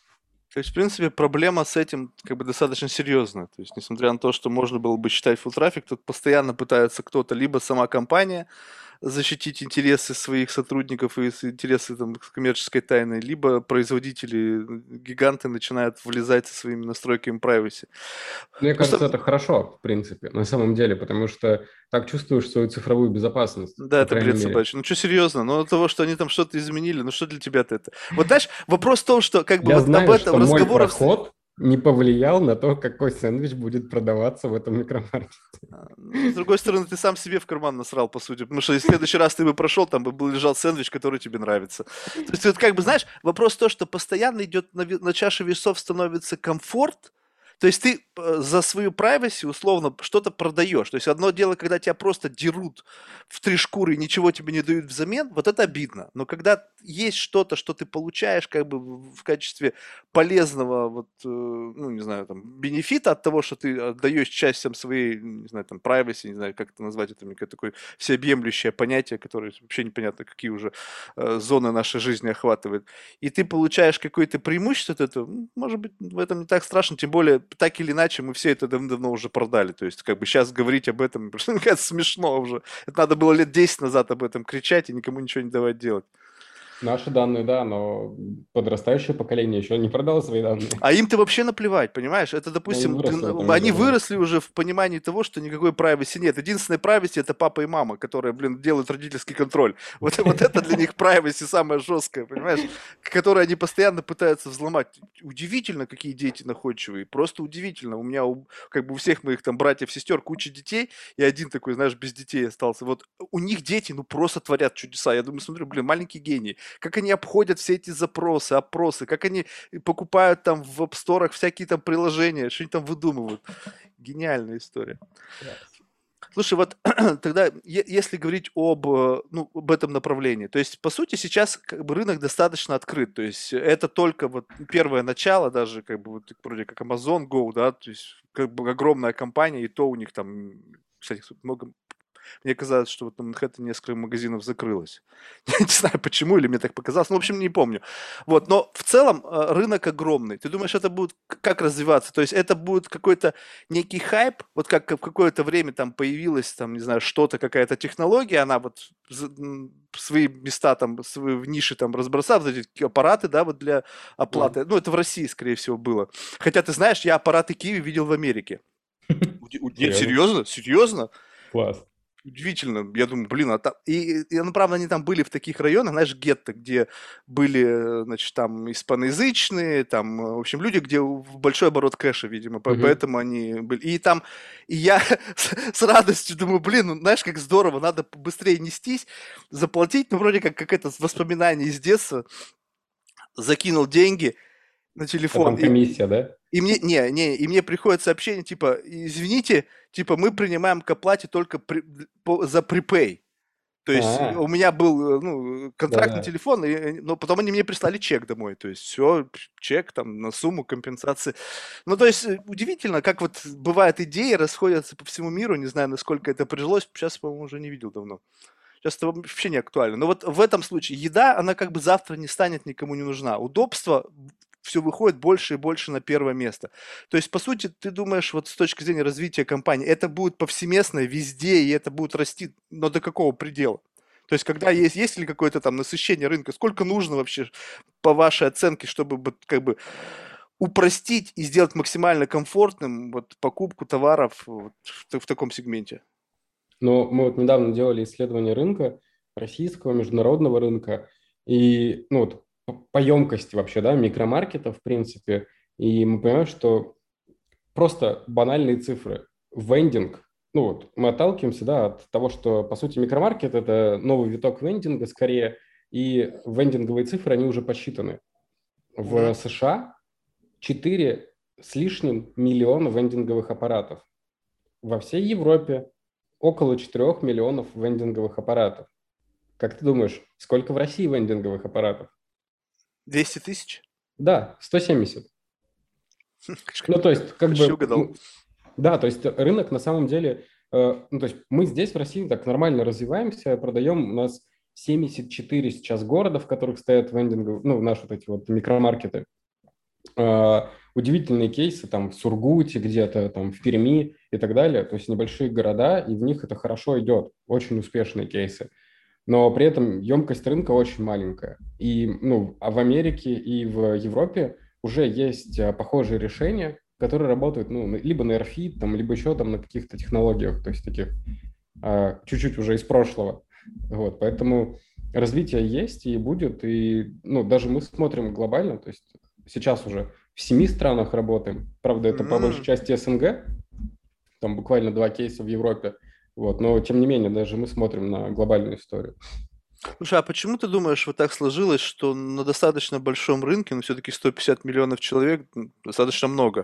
То есть, в принципе, проблема с этим как бы достаточно серьезная. То есть, несмотря на то, что можно было бы считать full трафик, тут постоянно пытается кто-то, либо сама компания, защитить интересы своих сотрудников и интересы там, коммерческой тайны, либо производители, гиганты начинают влезать со своими настройками privacy. Мне Просто, кажется, это хорошо, в принципе, на самом деле, потому что так чувствуешь свою цифровую безопасность, да, по это крайней бред мере. собачий. Ну что, серьезно? Ну от того, что они там что-то изменили, ну что для тебя-то это? Вот знаешь, вопрос в том, что как бы Я вот об знаю, этом что мой разговоров... проход не повлиял на то, какой сэндвич будет продаваться в этом микромаркете. Ну, с другой стороны, ты сам себе в карман насрал, по сути. Потому что если в следующий раз ты бы прошел, там бы был лежал сэндвич, который тебе нравится. То есть, вот как бы, знаешь, вопрос то, что постоянно идет на чаше весов становится комфорт. То есть ты за свою privacy условно что-то продаешь. То есть одно дело, когда тебя просто дерут в три шкуры и ничего тебе не дают взамен, вот это обидно. Но когда есть что-то, что ты получаешь как бы в качестве полезного, вот, ну, не знаю, там, бенефита от того, что ты отдаешь часть там, своей, не знаю, там, privacy, не знаю, как это назвать, это какое-то такое всеобъемлющее понятие, которое вообще непонятно, какие уже зоны нашей жизни охватывает. И ты получаешь какое-то преимущество от этого, может быть, в этом не так страшно, тем более, так или иначе, мы все это давно уже продали. То есть, как бы сейчас говорить об этом, мне кажется, смешно уже. Это надо было лет 10 назад об этом кричать и никому ничего не давать делать. Наши данные, да, но подрастающее поколение еще не продало свои данные. А им-то вообще наплевать, понимаешь? Это, Но им допустим, выросло это уже они давно. выросли уже в понимании того, что никакой privacy нет. Единственная privacy — это папа и мама, которые, блин, делают родительский контроль. Вот это для них privacy самое жесткое, понимаешь? Которое они постоянно пытаются взломать. Удивительно, какие дети находчивые. Просто удивительно. У меня, как бы у всех моих там братьев, сестер куча детей, и один такой, знаешь, без детей остался. Вот у них дети, ну, просто творят чудеса. Я думаю, смотрю, блин, маленькие гении. Как они обходят все эти запросы, опросы, как они и покупают там в App Store всякие там приложения, что они там выдумывают. Гениальная история. Класс. Слушай, вот тогда, если говорить ну, об этом направлении, то есть, по сути, сейчас как бы рынок достаточно открыт, то есть это только вот первое начало, даже как бы вот вроде как Amazon Go, да, то есть как бы огромная компания, и то у них там, кстати, много. Мне казалось, что вот на Манхэттене несколько магазинов закрылось. Я не знаю почему, или мне так показалось. Ну, в общем, не помню. Вот, но в целом рынок огромный. Ты думаешь, это будет как развиваться? То есть это будет какой-то некий хайп, вот как в какое-то время там появилась, там, не знаю, что-то, какая-то технология, она вот свои места там, свои в ниши там разбросала, вот эти аппараты, да, вот для Мгм. оплаты. Ну, это в России, скорее всего, было. Хотя, ты знаешь, я аппараты Киви видел в Америке. Нет, Серьезно? серьезно? Серьезно? Класс. Удивительно. Я думаю, блин, ну, правда, они там были в таких районах, знаешь, гетто, где были, значит, там испаноязычные, там, в общем, люди, где большой оборот кэша, видимо, Мгм. поэтому они были. И я с радостью думаю, блин, ну, знаешь, как здорово, надо быстрее нестись, заплатить, ну, вроде как это воспоминание из детства, закинул деньги на А телефон, там комиссия, да? и мне приходит сообщение, типа, извините, типа, мы принимаем к оплате только за припей. То есть А, у меня был, ну, контракт на да-да. телефон, но потом они мне прислали чек домой. То есть все, чек там на сумму компенсации. Ну, то есть удивительно, как вот бывает идеи расходятся по всему миру. Не знаю, насколько это прижилось. Сейчас, по-моему, уже не видел давно. Сейчас это вообще не актуально. Но вот в этом случае еда, она как бы завтра не станет никому не нужна. Удобство все выходит больше и больше на первое место. То есть, по сути, ты думаешь, вот с точки зрения развития компании, это будет повсеместно везде, и это будет расти, но до какого предела? То есть, когда есть ли какое-то там насыщение рынка, сколько нужно вообще, по вашей оценке, чтобы как бы упростить и сделать максимально комфортным вот покупку товаров вот в таком сегменте? Но мы вот недавно делали исследование рынка, российского, международного рынка, и ну, вот, по емкости вообще, да, микромаркетов, в принципе, и мы понимаем, что просто банальные цифры. Вендинг, ну вот, мы отталкиваемся, да, от того, что, по сути, микромаркет – это новый виток вендинга скорее, и вендинговые цифры, они уже посчитаны. В Мгм. США 4 с лишним миллиона вендинговых аппаратов. Во всей Европе около 4 миллионов вендинговых аппаратов. Как ты думаешь, сколько в России вендинговых аппаратов? 200 тысяч? Да, 170. Ну, то есть, как Почти бы, угадал. да, то есть рынок на самом деле, ну, то есть мы здесь в России так нормально развиваемся, продаем, у нас 74 сейчас города, в которых стоят вендинговые, ну, наши вот эти вот микромаркеты. Удивительные кейсы там в Сургуте где-то, там в Перми и так далее, то есть небольшие города, и в них это хорошо идет, очень успешные кейсы. Но при этом емкость рынка очень маленькая. И, ну, а в Америке и в Европе уже есть похожие решения, которые работают, ну, либо на AirFit, там, либо еще там на каких-то технологиях, то есть таких чуть-чуть уже из прошлого. Вот, поэтому развитие есть и будет, и, ну, даже мы смотрим глобально, то есть сейчас уже в 7 странах работаем, правда, это по большей М. части СНГ, там буквально 2 кейса в Европе, вот, но тем не менее, даже мы смотрим на глобальную историю. Слушай, а почему ты думаешь, вот так сложилось, что на достаточно большом рынке, ну, все-таки 150 миллионов человек, достаточно много,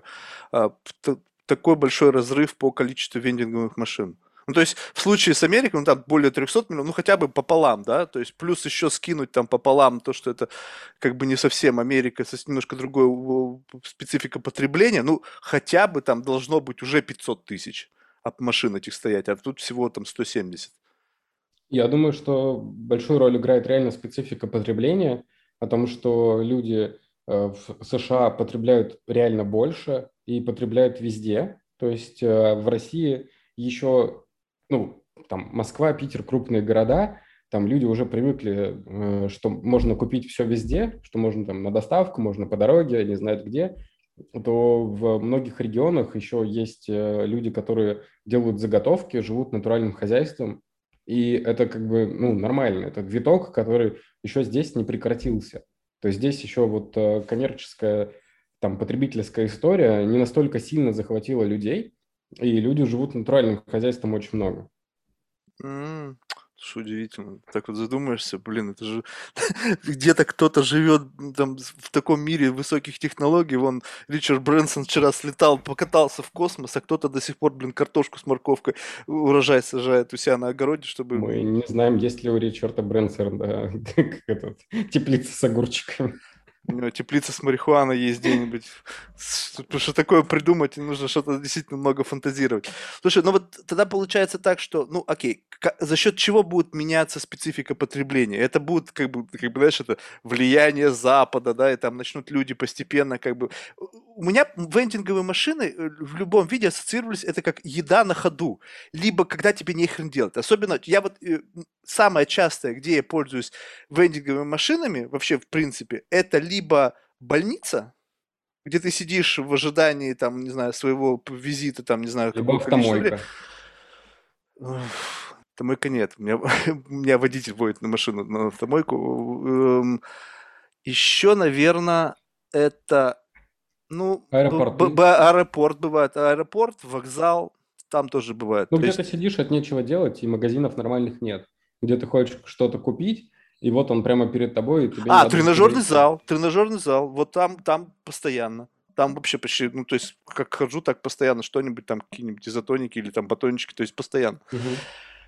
такой большой разрыв по количеству вендинговых машин? Ну, то есть в случае с Америкой, ну, там более 300 миллионов, ну, хотя бы пополам, да, то есть плюс еще скинуть там пополам то, что это как бы не совсем Америка, немножко другой специфика потребления, ну, хотя бы там должно быть уже 500 тысяч машин этих стоять, а тут всего там 170. Я думаю, что большую роль играет реально специфика потребления, о том, что люди в США потребляют реально больше и потребляют везде. То есть в России еще, ну, там Москва, Питер, крупные города, там люди уже привыкли, что можно купить все везде, что можно там на доставку, можно по дороге, не знают где, то в многих регионах еще есть люди, которые делают заготовки, живут натуральным хозяйством, и это как бы, ну, нормально. Это виток, который еще здесь не прекратился. То есть здесь еще вот коммерческая, там, потребительская история не настолько сильно захватила людей, и люди живут натуральным хозяйством очень много. М. Что удивительно. Так вот задумаешься, блин, это же где-то кто-то живет там в таком мире высоких технологий. Вон Ричард Брэнсон вчера слетал, покатался в космос, а кто-то до сих пор, блин, картошку с морковкой урожай сажает у себя на огороде, чтобы... Мы не знаем, есть ли у Ричарда Брэнсона как теплица с огурчиками. У него теплица с марихуаной есть где-нибудь. Потому что такое придумать, нужно что-то действительно много фантазировать. Слушай, ну вот тогда получается так, что, ну окей, за счет чего будет меняться специфика потребления? Это будет как бы, знаешь, это влияние Запада, да, и там начнут люди постепенно как бы... У меня вендинговые машины в любом виде ассоциировались это как еда на ходу, либо когда тебе нехрен делать. Особенно, я вот самое частое, где я пользуюсь вендинговыми машинами, вообще в принципе, это либо больница, где ты сидишь в ожидании, там, не знаю, своего визита, там, не знаю, Либо какое количество времени. автомойка. Автомойка нет. У меня водитель водит на машину на автомойку. Еще, наверное, это, ну, Аэропорты. аэропорт бывает. Аэропорт, вокзал, там тоже бывает. Ну, То где ты есть сидишь, от нечего делать, и магазинов нормальных нет. Где ты хочешь что-то купить, и вот он прямо перед тобой, и тебе не надо никуда Тренажерный идти. зал, тренажерный зал, вот там постоянно. Там вообще почти, ну, то есть, как хожу, так постоянно что-нибудь там, какие-нибудь изотоники или там батончики, то есть постоянно. Мгм.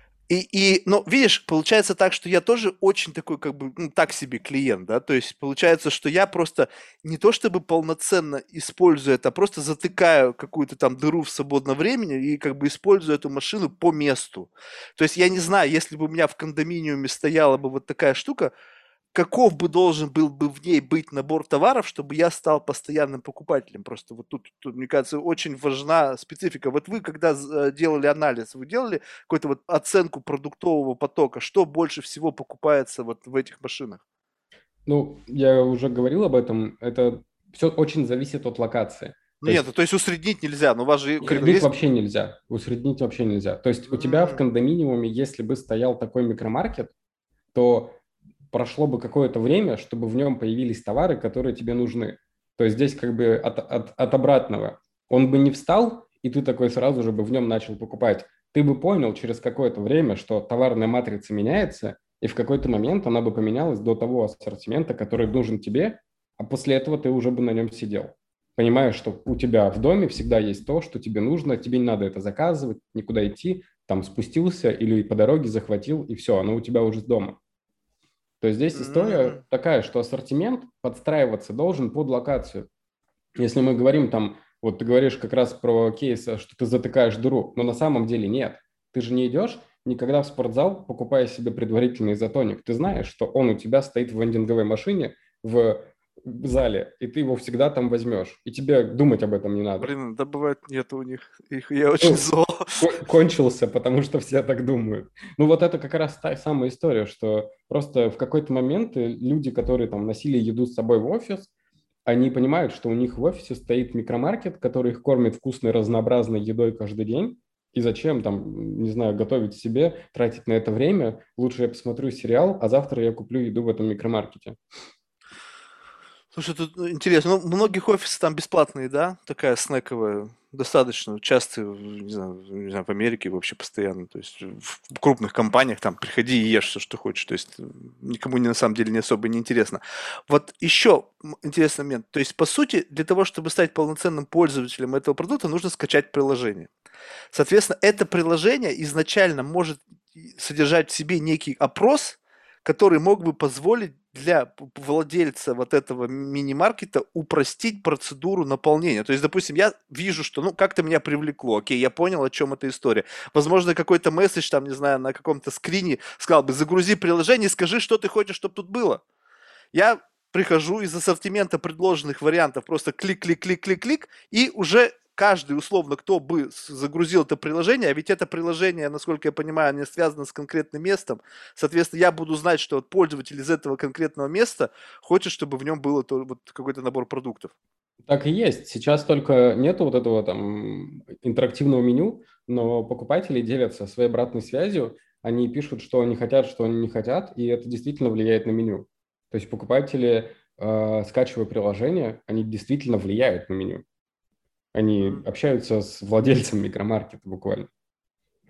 Ну, видишь, получается так, что я тоже очень такой, как бы, ну, так себе клиент, да, то есть получается, что я просто не то чтобы полноценно использую это, а просто затыкаю какую-то там дыру в свободном времени и как бы использую эту машину по месту. То есть я не знаю, если бы у меня в кондоминиуме стояла бы вот такая штука, каков бы должен был бы в ней быть набор товаров, чтобы я стал постоянным покупателем. Просто вот тут, мне кажется, очень важна специфика. Вот вы, когда делали анализ, вы делали какую-то вот оценку продуктового потока, что больше всего покупается вот в этих машинах? Ну, я уже говорил об этом, это все очень зависит от локации. Ну То нет, есть то есть усреднить нельзя, но у вас же как бы усреднить есть... вообще нельзя. Усреднить вообще нельзя. То есть у тебя в М, кондоминиуме, если бы стоял такой микромаркет, то прошло бы какое-то время, чтобы в нем появились товары, которые тебе нужны. То есть здесь как бы от обратного. Он бы не встал, и ты такой сразу же бы в нем начал покупать. Ты бы понял через какое-то время, что товарная матрица меняется, и в какой-то момент она бы поменялась до того ассортимента, который нужен тебе, а после этого ты уже бы на нем сидел. Понимаешь, что у тебя в доме всегда есть то, что тебе нужно, тебе не надо это заказывать, никуда идти, там спустился или по дороге захватил, и все, оно у тебя уже дома. То есть здесь история м. такая, что ассортимент подстраиваться должен под локацию. Если мы говорим там, вот ты говоришь как раз про кейс, что ты затыкаешь дыру, но на самом деле нет. Ты же не идешь никогда в спортзал, покупая себе предварительный изотоник. Ты знаешь, что он у тебя стоит в вендинговой машине в зале, и ты его всегда там возьмешь. И тебе думать об этом не надо. Блин, да бывает нет у них. Их я очень Ну, зол. кончился, потому что все так думают. Ну, вот это как раз та самая история, что просто в какой-то момент люди, которые там носили еду с собой в офис, они понимают, что у них в офисе стоит микромаркет, который их кормит вкусной, разнообразной едой каждый день. И зачем там, не знаю, готовить себе, тратить на это время? Лучше я посмотрю сериал, а завтра я куплю еду в этом микромаркете. Слушай, тут интересно. Ну, у многих офисов там бесплатная еда, такая снековая, достаточно часто, не знаю, в Америке вообще постоянно. То есть в крупных компаниях там приходи и ешь все, что хочешь. То есть никому на самом деле не особо не интересно. Вот еще интересный момент. То есть, по сути, для того, чтобы стать полноценным пользователем этого продукта, нужно скачать приложение. Соответственно, это приложение изначально может содержать в себе некий опрос, который мог бы позволить для владельца вот этого мини-маркета упростить процедуру наполнения. То есть, допустим, я вижу, что, ну, как-то меня привлекло, окей, я понял, о чем эта история. Возможно, какой-то месседж, там, не знаю, на каком-то скрине сказал бы, загрузи приложение, скажи, что ты хочешь, чтобы тут было. Я прихожу из ассортимента предложенных вариантов, просто клик-клик-клик-клик-клик, и уже каждый, условно, кто бы загрузил это приложение, а ведь это приложение, насколько я понимаю, не связано с конкретным местом, соответственно, я буду знать, что вот пользователь из этого конкретного места хочет, чтобы в нем было вот какой-то набор продуктов. Так и есть. Сейчас только нету вот этого там интерактивного меню, но покупатели делятся своей обратной связью. Они пишут, что они хотят, что они не хотят, и это действительно влияет на меню. То есть покупатели, скачивая приложение, они действительно влияют на меню. Они общаются с владельцем микромаркета буквально.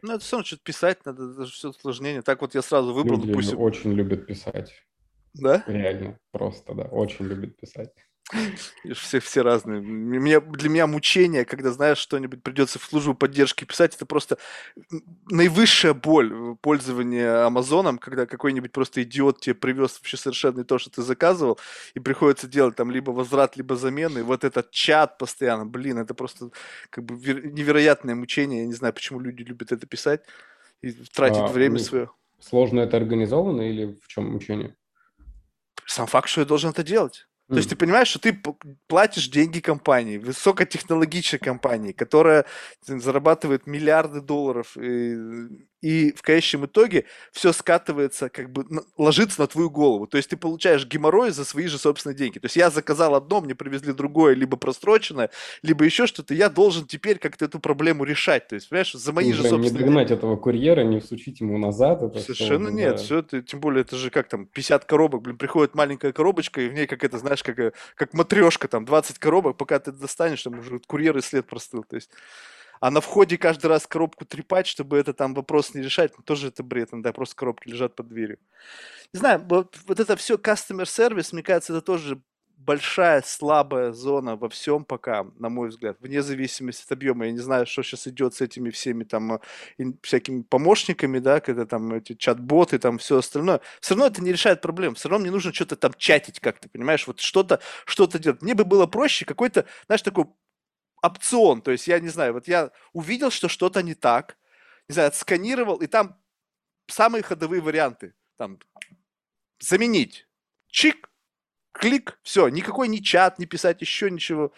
Ну, это все равно что-то писать надо, это все усложнение. Так вот я сразу выбрал, Люди допустим, очень любят писать. да? Реально, просто, да, очень любят писать. Видишь, все разные. Для меня мучение, когда, знаешь, что-нибудь придется в службу поддержки писать, это просто наивысшая боль пользования Амазоном, когда какой-нибудь просто идиот тебе привез вообще совершенно не то, что ты заказывал, и приходится делать там либо возврат, либо замену, и вот этот чат постоянно, блин, это просто как бы невероятное мучение, я не знаю, почему люди любят это писать и тратить А у время них свое. сложно это организовано или в чем учение? Сам факт, что я должен это делать. То есть ты понимаешь, что ты платишь деньги компании, высокотехнологичной компании, которая зарабатывает миллиарды долларов, и в конечном итоге все скатывается, как бы ложится на твою голову. То есть ты получаешь геморрой за свои же собственные деньги. То есть я заказал одно, мне привезли другое, либо просроченное, либо еще что-то. Я должен теперь как-то эту проблему решать. То есть, понимаешь, за мои же Уже не собственные деньги. догнать этого курьера, не всучить ему назад, это все Совершенно уже, нет, да. все это, тем более, это же как там, 50 коробок, блин, приходит маленькая коробочка, и в ней, как это, знаешь, как матрешка, там, 20 коробок, пока ты достанешь, там уже курьер и след простыл, то есть. А на входе каждый раз коробку трепать, чтобы это там вопрос не решать, ну, тоже это бред, иногда просто коробки лежат под дверью. Не знаю, вот это все customer service, мне кажется, это тоже большая слабая зона во всем пока, на мой взгляд, вне зависимости от объема. Я не знаю, что сейчас идет с этими всеми там всякими помощниками, да, когда там эти чат-боты, там все остальное. Все равно это не решает проблем. Все равно мне нужно что-то там чатить как-то, понимаешь, вот что-то делать. Мне бы было проще какой-то, знаешь, такой опцион. То есть я не знаю, вот я увидел, что что-то не так, не знаю, отсканировал, и там самые ходовые варианты. Там заменить. Чик, клик, все, никакой ни чат, не писать еще ничего.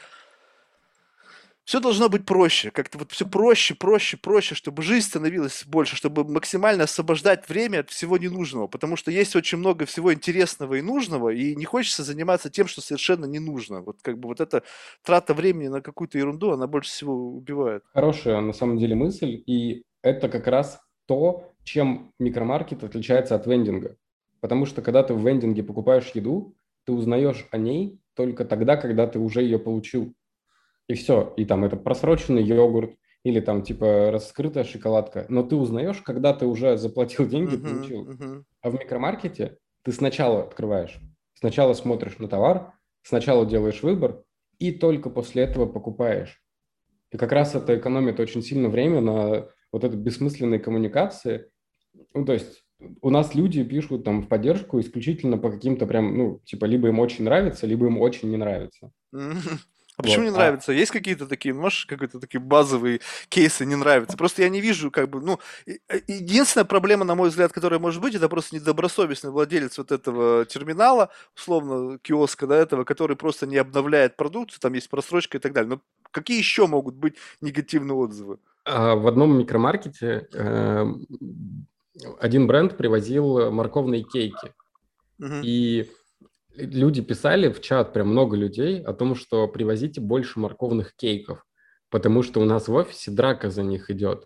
Все должно быть проще, как-то вот все проще, проще, проще, чтобы жизнь становилась больше, чтобы максимально освобождать время от всего ненужного, потому что есть очень много всего интересного и нужного, и не хочется заниматься тем, что совершенно не нужно. Вот как бы вот эта трата времени на какую-то ерунду, она больше всего убивает. Хорошая на самом деле мысль, и это как раз то, чем микромаркет отличается от вендинга. Потому что когда ты в вендинге покупаешь еду, ты узнаешь о ней только тогда, когда ты уже ее получил. И все. И там это просроченный йогурт или там типа раскрытая шоколадка. Но ты узнаешь, когда ты уже заплатил деньги, Мгм, получил. мгм. А в микромаркете ты сначала открываешь, сначала смотришь на товар, сначала делаешь выбор и только после этого покупаешь. И как раз это экономит очень сильно время на вот этой бессмысленной коммуникации. Ну, то есть у нас люди пишут там в поддержку исключительно по каким-то прям, ну, типа, либо им очень нравится, либо им очень не нравится. Мгм. А почему не Вот. А нравится? Есть какие-то такие, можешь какие-то такие базовые кейсы не нравятся? Просто я не вижу, как бы, ну, единственная проблема, на мой взгляд, которая может быть, это просто недобросовестный владелец вот этого терминала, условно, киоска, да, этого, который просто не обновляет продукцию, там есть просрочка и так далее. Но какие еще могут быть негативные отзывы? В одном микромаркете один бренд привозил морковные кейки. Мгм. И люди писали в чат, прям много людей, о том, что привозите больше морковных кейков, потому что у нас в офисе драка за них идет.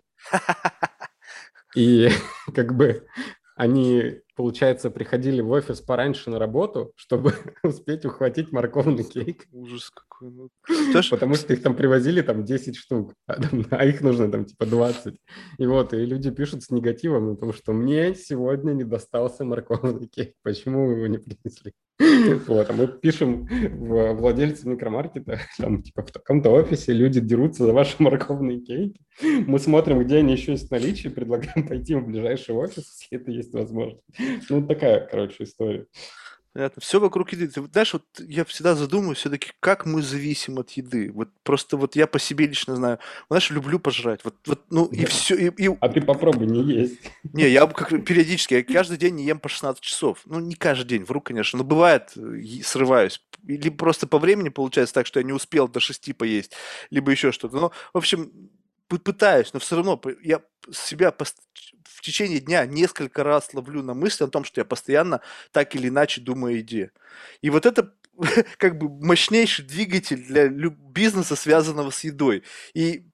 И как бы они, получается, приходили в офис пораньше на работу, чтобы успеть ухватить морковный кейк, Ужас какой. Ну. Знаешь, потому что их там привозили там 10 штук, а их нужно там типа 20. И вот, и люди пишут с негативом, потому что мне сегодня не достался морковный кейк, почему вы его не принесли? Вот, а мы пишем в владельца микромаркета, там, типа, в таком-то офисе люди дерутся за ваши морковные кейки. Мы смотрим, где они еще есть в наличии, предлагаем пойти в ближайший офис, если это есть возможность. Ну, такая, короче, история. понятно. Все вокруг еды. Ты вот знаешь, вот я всегда задумываюсь все-таки, как мы зависим от еды. Вот просто вот я по себе лично знаю. Знаешь, люблю пожрать. Ну и все. А ты попробуй не есть. Не, я как периодически, я каждый день не ем по 16 часов. Ну, не каждый день, вру, конечно, но бывает, срываюсь. Или просто по времени получается так, что я не успел до 6 поесть, либо еще что-то. Ну, в общем, пытаюсь, но все равно я себя в течение дня несколько раз ловлю на мысли о том, что я постоянно так или иначе думаю о еде. И вот это как бы мощнейший двигатель для бизнеса, связанного с едой. И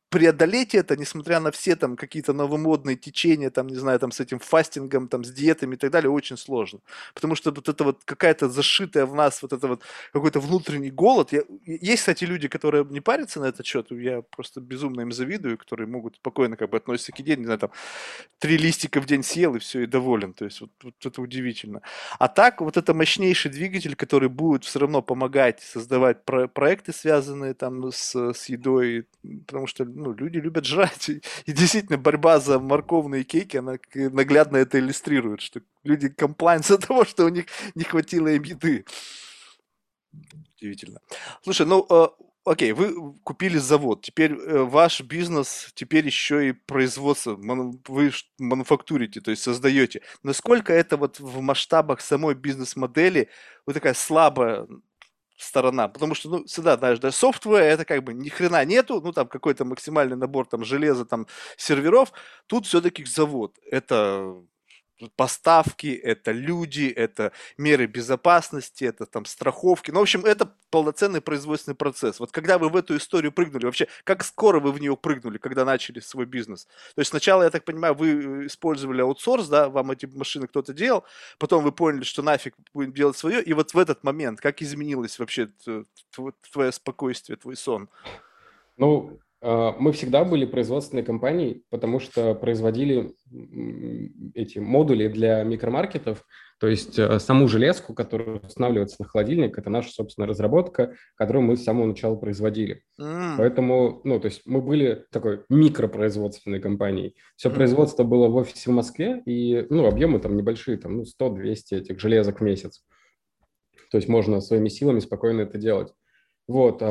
преодолеть это, несмотря на все там какие-то новомодные течения, там, не знаю, там с этим фастингом, там, с диетами и так далее, очень сложно. Потому что вот это вот какая-то зашитая в нас вот это вот какой-то внутренний голод. Есть, кстати, люди, которые не парятся на этот счет, я просто безумно им завидую, которые могут спокойно как бы относиться к еде, не знаю, там, 3 листика в день съел и все, и доволен. То есть вот это удивительно. А так, вот это мощнейший двигатель, который будет все равно помогать создавать проекты, связанные там с едой, потому что ну, люди любят жрать. И действительно, борьба за морковные кейки, она наглядно это иллюстрирует, что люди комплайн из-за того, что у них не хватило им еды. Удивительно. Слушай, ну, окей, вы купили завод, теперь ваш бизнес, теперь еще и производство, вы мануфактурите, то есть создаете. Насколько это вот в масштабах самой бизнес-модели вот такая слабая сторона? Потому что, ну, всегда, знаешь, да, софтвер это как бы ни хрена нету, ну, там какой-то максимальный набор там железа, там серверов, тут все-таки завод. Это поставки, это люди, это меры безопасности, это там страховки. Ну, в общем, это полноценный производственный процесс. Вот когда вы в эту историю прыгнули, вообще, как скоро вы в нее прыгнули, когда начали свой бизнес? То есть сначала, я так понимаю, вы использовали аутсорс, да, вам эти машины кто-то делал, потом вы поняли, что нафиг будем делать свое, и вот в этот момент, как изменилось вообще твое спокойствие, твой сон? Ну, мы всегда были производственной компанией, потому что производили эти модули для микромаркетов, то есть саму железку, которая устанавливается на холодильник, это наша собственная разработка, которую мы с самого начала производили. М, Поэтому, ну, то есть мы были такой микропроизводственной компанией. Все мгм, производство было в офисе в Москве, и, ну, объемы там небольшие, там, ну, 100-200 этих железок в месяц. То есть можно своими силами спокойно это делать. Вот.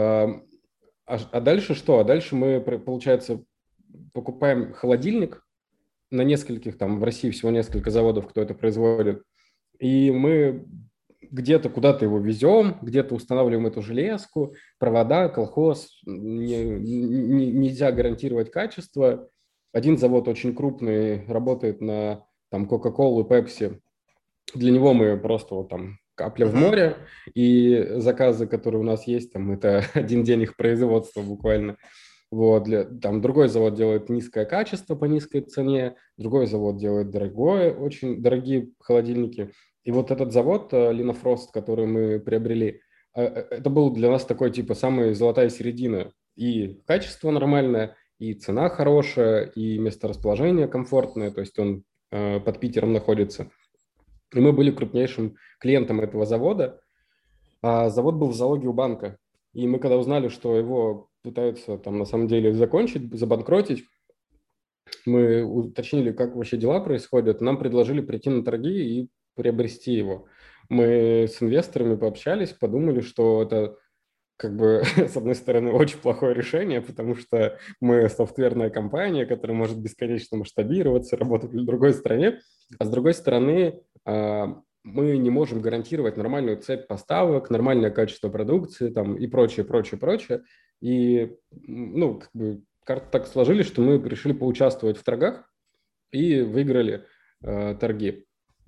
А дальше что? А дальше мы, получается, покупаем холодильник на нескольких, там в России всего несколько заводов, кто это производит, и мы где-то куда-то его везем, где-то устанавливаем эту железку, провода, колхоз, нельзя гарантировать качество. Один завод очень крупный, работает на там Coca-Cola, Pepsi, для него мы просто вот там капля в мгм, море, и заказы, которые у нас есть, там это один день их производства буквально. Вот, там другой завод делает низкое качество по низкой цене, другой завод делает дорогое, очень дорогие холодильники. И вот этот завод Линофрост, который мы приобрели, это был для нас такой типа самая золотая середина. И качество нормальное, и цена хорошая, и месторасположение комфортное, то есть он под Питером находится. И мы были крупнейшим клиентом этого завода. А завод был в залоге у банка. И мы когда узнали, что его пытаются там на самом деле закончить, забанкротить, мы уточнили, как вообще дела происходят. Нам предложили прийти на торги и приобрести его. Мы с инвесторами пообщались, подумали, что это как бы, с одной стороны, очень плохое решение, потому что мы софтверная компания, которая может бесконечно масштабироваться, работать в другой стране, а с другой стороны, мы не можем гарантировать нормальную цепь поставок, нормальное качество продукции там, и прочее, прочее, прочее. И, ну, как бы карты так сложились, что мы решили поучаствовать в торгах и выиграли торги.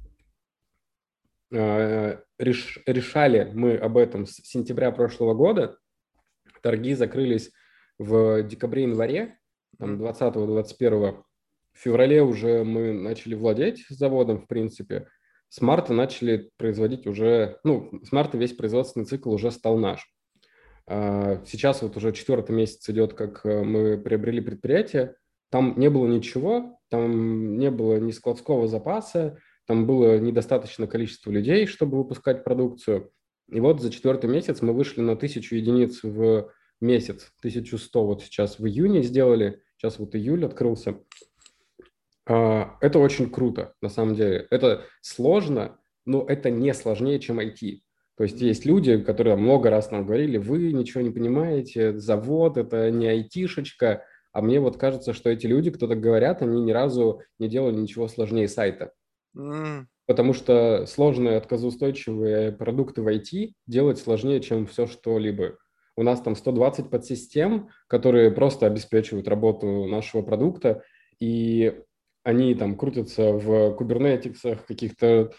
Решали мы об этом с сентября прошлого года. Торги закрылись в декабре-январе, там мгм. 20-21. В феврале уже мы начали владеть заводом, в принципе. С марта начали производить уже, ну, с марта весь производственный цикл уже стал наш. Сейчас вот уже 4-й месяц идет, как мы приобрели предприятие. Там не было ничего, там не было ни складского запаса, там было недостаточно количество людей, чтобы выпускать продукцию. И вот за 4-й месяц мы вышли на 1000 единиц в месяц, 1100 вот сейчас в июне сделали, сейчас вот июль открылся. Это очень круто, на самом деле. Это сложно, но это не сложнее, чем IT. То есть есть люди, которые много раз нам говорили, вы ничего не понимаете, завод– это не айтишечка, а мне вот кажется, что эти люди, кто так говорят, они ни разу не делали ничего сложнее сайта. М, Потому что сложные отказоустойчивые продукты в IT делать сложнее, чем все что-либо. У нас там 120 подсистем, которые просто обеспечивают работу нашего продукта, и они там крутятся в кубернетиксах, каких-то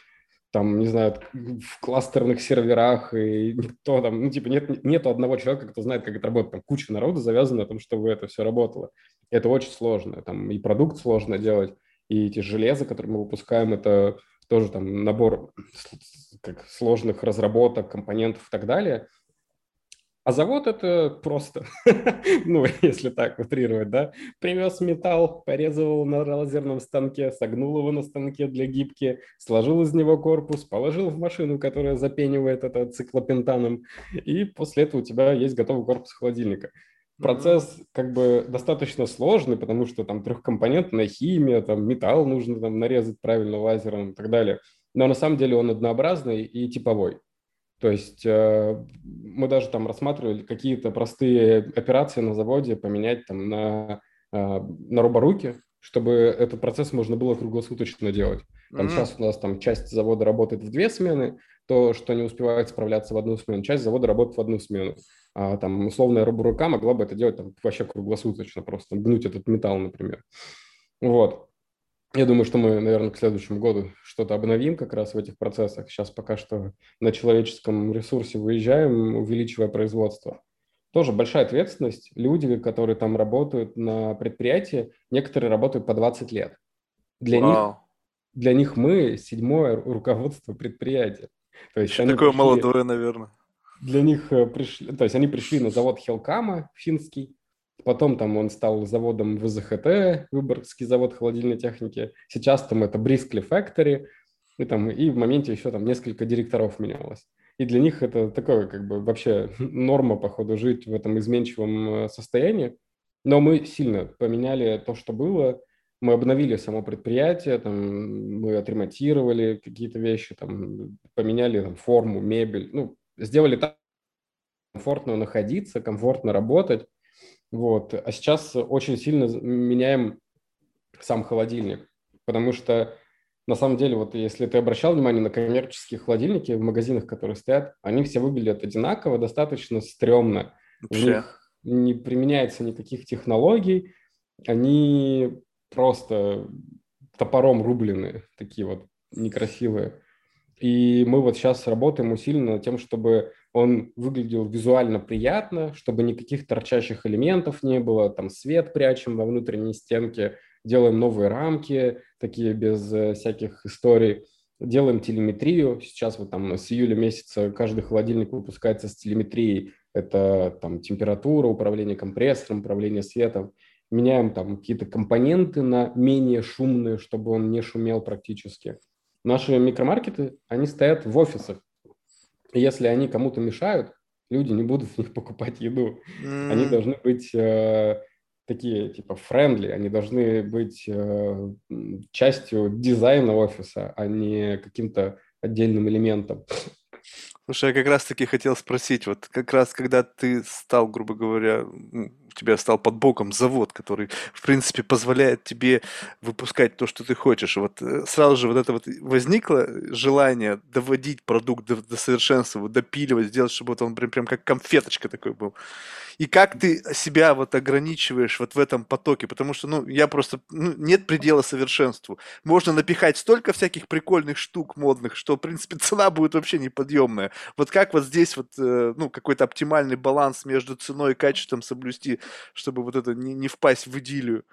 там, не знаю, в кластерных серверах, и никто там, ну, типа, нету одного человека, кто знает, как это работает. Там куча народу завязана на том, чтобы это все работало. Это очень сложно. Там и продукт сложно делать, и эти железа, которые мы выпускаем, это тоже там набор как сложных разработок, компонентов и так далее. А завод это просто, ну, если так утрировать, да, привез металл, порезал на лазерном станке, согнул его на станке для гибки, сложил из него корпус, положил в машину, которая запенивает это циклопентаном, и после этого у тебя есть готовый корпус холодильника. М. Процесс как бы достаточно сложный, потому что там трехкомпонентная химия, там металл нужно там нарезать правильно лазером и так далее. Но на самом деле он однообразный и типовой. То есть мы даже там рассматривали какие-то простые операции на заводе поменять там на роборуки, чтобы этот процесс можно было круглосуточно делать. Там М. сейчас у нас там часть завода работает в 2 смены, то, что не успевает справляться в 1 смену, часть завода работает в 1 смену. А там условная роборука могла бы это делать там, вообще круглосуточно, просто гнуть этот металл, например. Вот. Я думаю, что мы, наверное, к следующему году что-то обновим как раз в этих процессах. Сейчас пока что на человеческом ресурсе выезжаем, увеличивая производство. Тоже большая ответственность. Люди, которые там работают на предприятии, некоторые работают по 20 лет. Для Вау. них, для них мы седьмое руководство предприятия. То есть Еще они такое пришли, молодое, наверное. для них пришли, то есть они пришли на завод Хелкама финский, потом там он стал заводом ВЗХТ, Выборгский завод холодильной техники, сейчас там это Брискли Factory, и в моменте еще там несколько директоров менялось. И для них это такое как бы вообще норма, походу, жить в этом изменчивом состоянии. Но мы сильно поменяли то, что было. Мы обновили само предприятие, там, мы отремонтировали какие-то вещи, там, поменяли там, форму, мебель, ну, сделали так комфортно находиться, комфортно работать. Вот. А сейчас очень сильно меняем сам холодильник, потому что на самом деле, вот если ты обращал внимание на коммерческие холодильники в магазинах, которые стоят, они все выглядят одинаково, достаточно стрёмно. В Вообще. них не применяется никаких технологий, они просто топором рублены, такие вот некрасивые. И мы вот сейчас работаем усиленно над тем, чтобы он выглядел визуально приятно, чтобы никаких торчащих элементов не было, там свет прячем во внутренней стенке, делаем новые рамки, такие без всяких историй, делаем телеметрию. Сейчас вот там с июля месяца каждый холодильник выпускается с телеметрией. Это там температура, управление компрессором, управление светом. Меняем там какие-то компоненты на менее шумные, чтобы он не шумел практически. Наши микромаркеты, они стоят в офисах. И если они кому-то мешают, люди не будут в них покупать еду. Они М. должны быть такие, типа, френдли, они должны быть частью дизайна офиса, а не каким-то отдельным элементом. Слушай, я как раз-таки хотел спросить, вот как раз когда ты стал, грубо говоря, у тебя стал под боком завод, который, в принципе, позволяет тебе выпускать то, что ты хочешь. Вот сразу же вот это вот возникло желание доводить продукт до совершенства, вот допиливать, сделать, чтобы вот он прям как конфеточка такой был. И как ты себя вот ограничиваешь вот в этом потоке? Потому что, ну, я просто, ну, нет предела совершенству. Можно напихать столько всяких прикольных штук модных, что, в принципе, цена будет вообще неподъемная. Вот как вот здесь вот, ну, какой-то оптимальный баланс между ценой и качеством соблюсти, чтобы вот это не впасть в идиллию?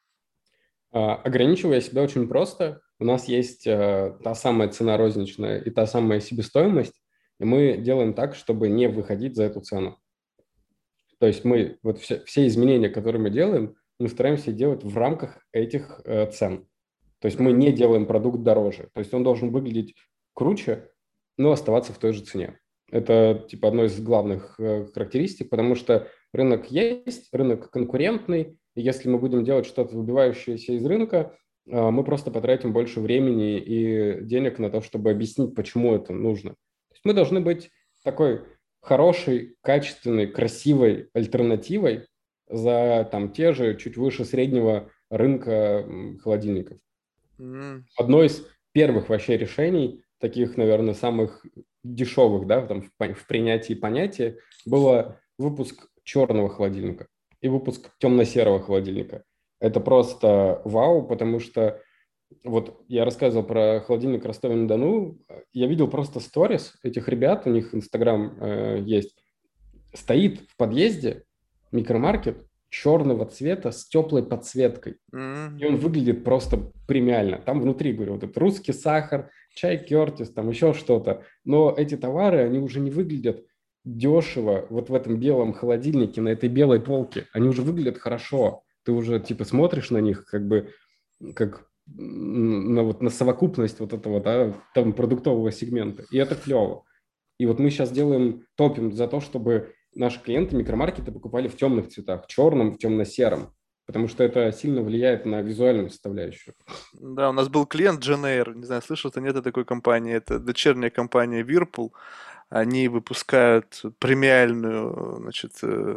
Ограничивая себя очень просто. У нас есть та самая цена розничная и та самая себестоимость, и мы делаем так, чтобы не выходить за эту цену. То есть мы, вот все изменения, которые мы делаем, мы стараемся делать в рамках этих цен. То есть мы М. не делаем продукт дороже. То есть он должен выглядеть круче, но оставаться в той же цене. Это типа одно из главных характеристик, потому что рынок есть, рынок конкурентный, и если мы будем делать что-то выбивающееся из рынка, мы просто потратим больше времени и денег на то, чтобы объяснить, почему это нужно. То есть мы должны быть такой хорошей, качественной, красивой альтернативой за там те же чуть выше среднего рынка холодильников. М. Одно из первых вообще решений, таких, наверное, самых дешевых, да, там, в принятии понятия, было выпуск черного холодильника и выпуск темно-серого холодильника. Это просто вау, потому что Вот я рассказывал про холодильник Ростове-на-Дону. Я видел просто сторис этих ребят, у них Инстаграм есть. Стоит в подъезде микромаркет черного цвета с теплой подсветкой. И он выглядит просто премиально. Там внутри, говорю, вот этот русский сахар, чай Кертис, там еще что-то. Но эти товары, они уже не выглядят дешево вот в этом белом холодильнике, на этой белой полке. Они уже выглядят хорошо. Ты уже типа смотришь на них как бы как на, вот, на совокупность вот этого, да, там продуктового сегмента. И это клево. И вот мы сейчас делаем, топим за то, чтобы наши клиенты микромаркеты покупали в темных цветах, черном, в темно-сером, потому что это сильно влияет на визуальную составляющую. Да, у нас был клиент Gen Air, не знаю, слышал ты, нет о такой компании, это дочерняя компания Whirlpool. Они выпускают премиальную, значит,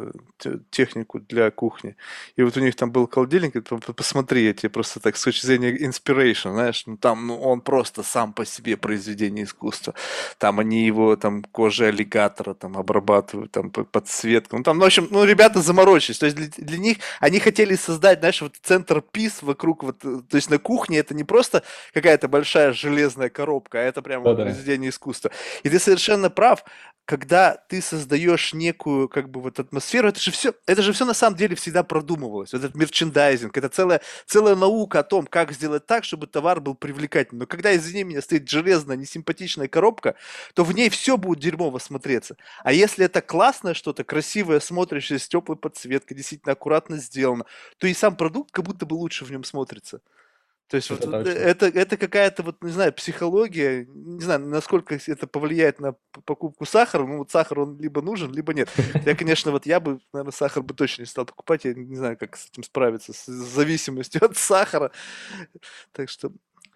технику для кухни. И вот у них там был холодильник, и посмотри, я тебе просто так с точки зрения inspiration, знаешь, ну там, ну он просто сам по себе произведение искусства. Там они его там кожей аллигатора там обрабатывают, там подсветку. Ну там, ну, в общем, ну ребята заморочились. То есть для них они хотели создать, знаешь, вот центр пис вокруг, вот, то есть на кухне это не просто какая-то большая железная коробка, а это прямо вот Да-да. произведение искусства. И ты совершенно прав, когда ты создаешь некую как бы вот атмосферу, это же все на самом деле всегда продумывалось. Вот этот мерчендайзинг, это целая наука о том, как сделать так, чтобы товар был привлекательным. Но когда, извини меня, стоит железная, несимпатичная коробка, то в ней все будет дерьмово смотреться. А если это классное что-то, красивое, смотрящееся, с теплой подсветкой, действительно аккуратно сделано, то и сам продукт как будто бы лучше в нем смотрится. То есть вот Это точно. это какая-то вот, не знаю, психология, не знаю, насколько это повлияет на покупку сахара. Ну вот сахар, он либо нужен, либо нет. Хотя, конечно, вот я бы, наверное, сахар бы точно не стал покупать. Я не знаю, как с этим справиться, с зависимостью от сахара. Так что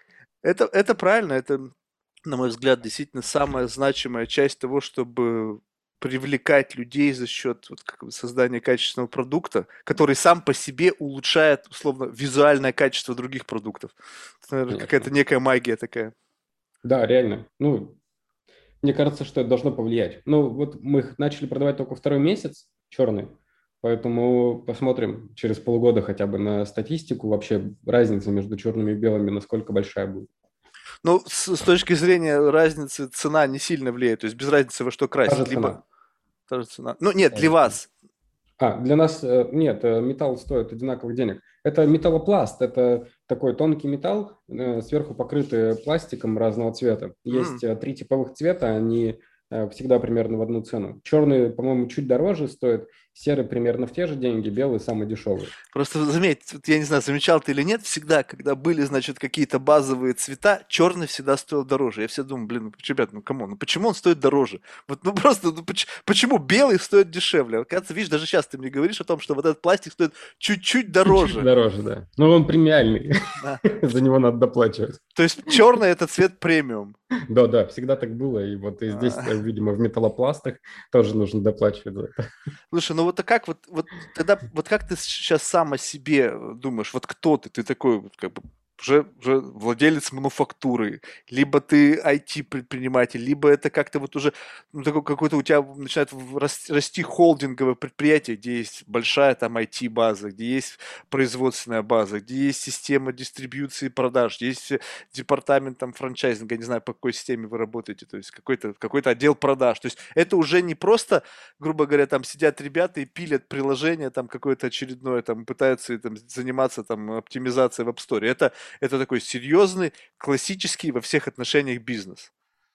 это правильно, это, на мой взгляд, действительно самая значимая часть того, чтобы привлекать людей за счет вот, как бы создания качественного продукта, который сам по себе улучшает, условно, визуальное качество других продуктов. Это, наверное, какая-то Конечно. некая магия такая. Да, реально. Ну, мне кажется, что это должно повлиять. Ну, вот мы их начали продавать только второй месяц, черный, поэтому посмотрим через полгода хотя бы на статистику, вообще разница между черными и белыми, насколько большая будет. Но с точки зрения разницы цена не сильно влияет, то есть без разницы во что Та же красить, либо цена. та же цена. Ну нет, Та для же цена. вас. Для нас нет, металл стоит одинаковых денег. Это металлопласт, это такой тонкий металл, сверху покрытый пластиком разного цвета. М. Есть три типовых цвета, они всегда примерно в одну цену. Черный, по-моему, чуть дороже стоит, серый примерно в те же деньги, белый самый дешевый. Просто заметь, вот я не знаю, замечал ты или нет, всегда, когда были, значит, какие-то базовые цвета, черный всегда стоил дороже. Я все думаю, блин, ну, ребят, ну камон, ну почему он стоит дороже? Вот, ну просто, ну, почему белый стоит дешевле? Оказывается, видишь, даже сейчас ты мне говоришь о том, что вот этот пластик стоит чуть-чуть Чуть-чуть дороже. дороже, да. Но он премиальный, Да. за него надо доплачивать. То есть черный это цвет премиум. Да, да, всегда так было. И вот и здесь, А. видимо, в металлопластах тоже нужно доплачивать за это. Слушай, ну вот а как вот тогда вот как ты сейчас сам о себе думаешь? Вот кто ты? Ты такой вот как бы уже владелец мануфактуры, либо ты IT-предприниматель, либо это как-то вот уже ну, такой какой-то у тебя начинает расти холдинговое предприятие, где есть большая там IT-база, где есть производственная база, где есть система дистрибьюции и продаж, где есть департамент там франчайзинга, я не знаю, по какой системе вы работаете, то есть какой-то отдел продаж. То есть это уже не просто грубо говоря, там сидят ребята и пилят приложение там какое-то очередное, там пытаются там, заниматься там оптимизацией в App Store. Это такой серьезный, классический во всех отношениях бизнес.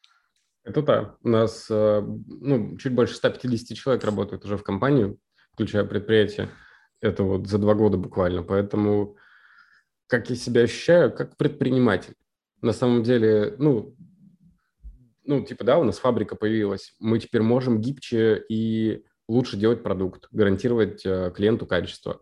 Это да. У нас ну, чуть больше 150 человек работает уже в компании, включая предприятие. Это вот за 2 года буквально. Поэтому как я себя ощущаю, как предприниматель. На самом деле, ну, типа, да, у нас фабрика появилась. Мы теперь можем гибче и лучше делать продукт, гарантировать клиенту качество.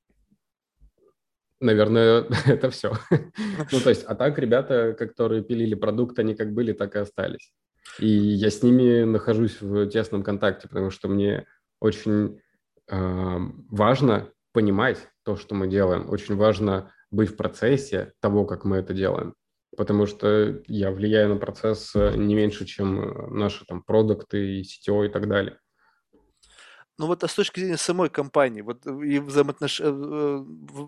Наверное, это все. Ну, то есть, а так ребята, которые пилили продукт, они как были, так и остались. И я с ними нахожусь в тесном контакте, потому что мне очень важно понимать то, что мы делаем. Очень важно быть в процессе того, как мы это делаем. Потому что я влияю на процесс не меньше, чем наши там продукты и CTO и так далее. Ну вот а с точки зрения самой компании, вот и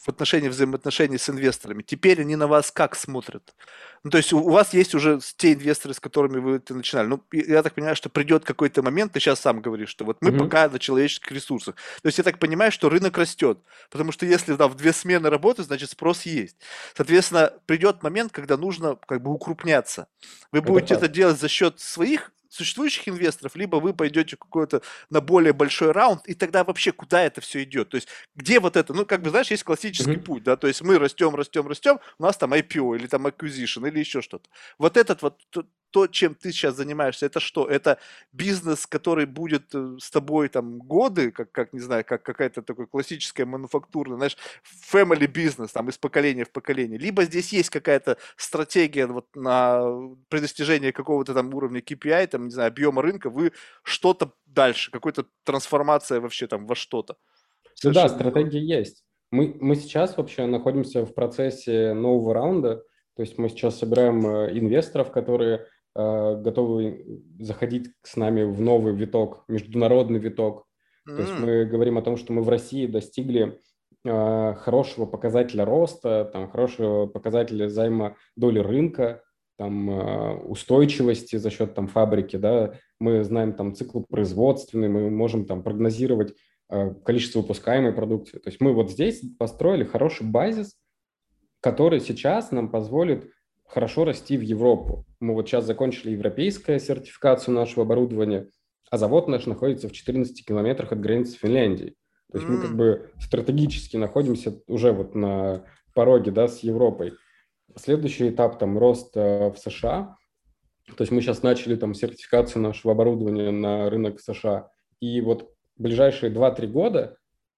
в отношении взаимоотношений с инвесторами. Теперь они на вас как смотрят? Ну, то есть у вас есть уже те инвесторы, с которыми вы это начинали. Ну, я так понимаю, что придет какой-то момент, ты сейчас сам говоришь, что вот мы Мгм. пока на человеческих ресурсах. То есть я так понимаю, что рынок растет, потому что если там в 2 смены работать, значит спрос есть. Соответственно, придет момент, когда нужно как бы укрупняться. Вы Это будете это факт. делать за счет своих существующих инвесторов, либо вы пойдете какой-то на более большой раунд, и тогда вообще куда это все идет? То есть где вот это, ну, как бы, знаешь, есть классический Мгм. путь, да, то есть мы растем, растем, растем, у нас там IPO или там acquisition или еще что-то. Вот этот вот, то, чем ты сейчас занимаешься, это что? Это бизнес, который будет с тобой там годы, как не знаю, как какая-то такая классическая мануфактурная, знаешь, family бизнес, там, из поколения в поколение. Либо здесь есть какая-то стратегия вот на при достижении какого-то там уровня KPI, там, не знаю, объема рынка, вы что-то дальше, какая-то трансформация вообще там во что-то Ну да, совершенно новое. стратегия есть. Мы сейчас вообще находимся в процессе нового раунда, то есть мы сейчас собираем инвесторов, которые готовы заходить с нами в новый виток, международный виток. То есть М, мы говорим о том, что мы в России достигли хорошего показателя роста, там, хорошего показателя займа доли рынка, там, устойчивости за счет там, фабрики, да, мы знаем там цикл производственный, мы можем там прогнозировать количество выпускаемой продукции. То есть мы вот здесь построили хороший базис, который сейчас нам позволит хорошо расти в Европу. Мы вот сейчас закончили европейскую сертификацию нашего оборудования, а завод наш находится в 14 километрах от границы Финляндии. То есть мы как м. бы стратегически находимся уже вот на пороге, да, с Европой. Следующий этап там рост в США. То есть мы сейчас начали там сертификацию нашего оборудования на рынок США. И вот ближайшие 2-3 года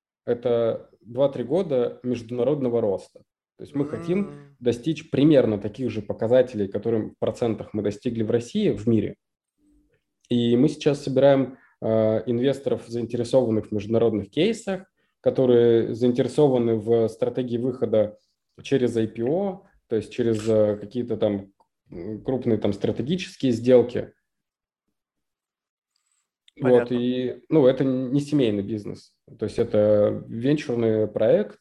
это 2-3 года международного роста. То есть мы хотим М. достичь примерно таких же показателей, которые в процентах мы достигли в России, в мире. И мы сейчас собираем инвесторов, заинтересованных в международных кейсах, которые заинтересованы в стратегии выхода через IPO, то есть через какие-то там крупные там стратегические сделки. Вот, Понятно. и, ну, это не семейный бизнес. То есть это венчурный проект,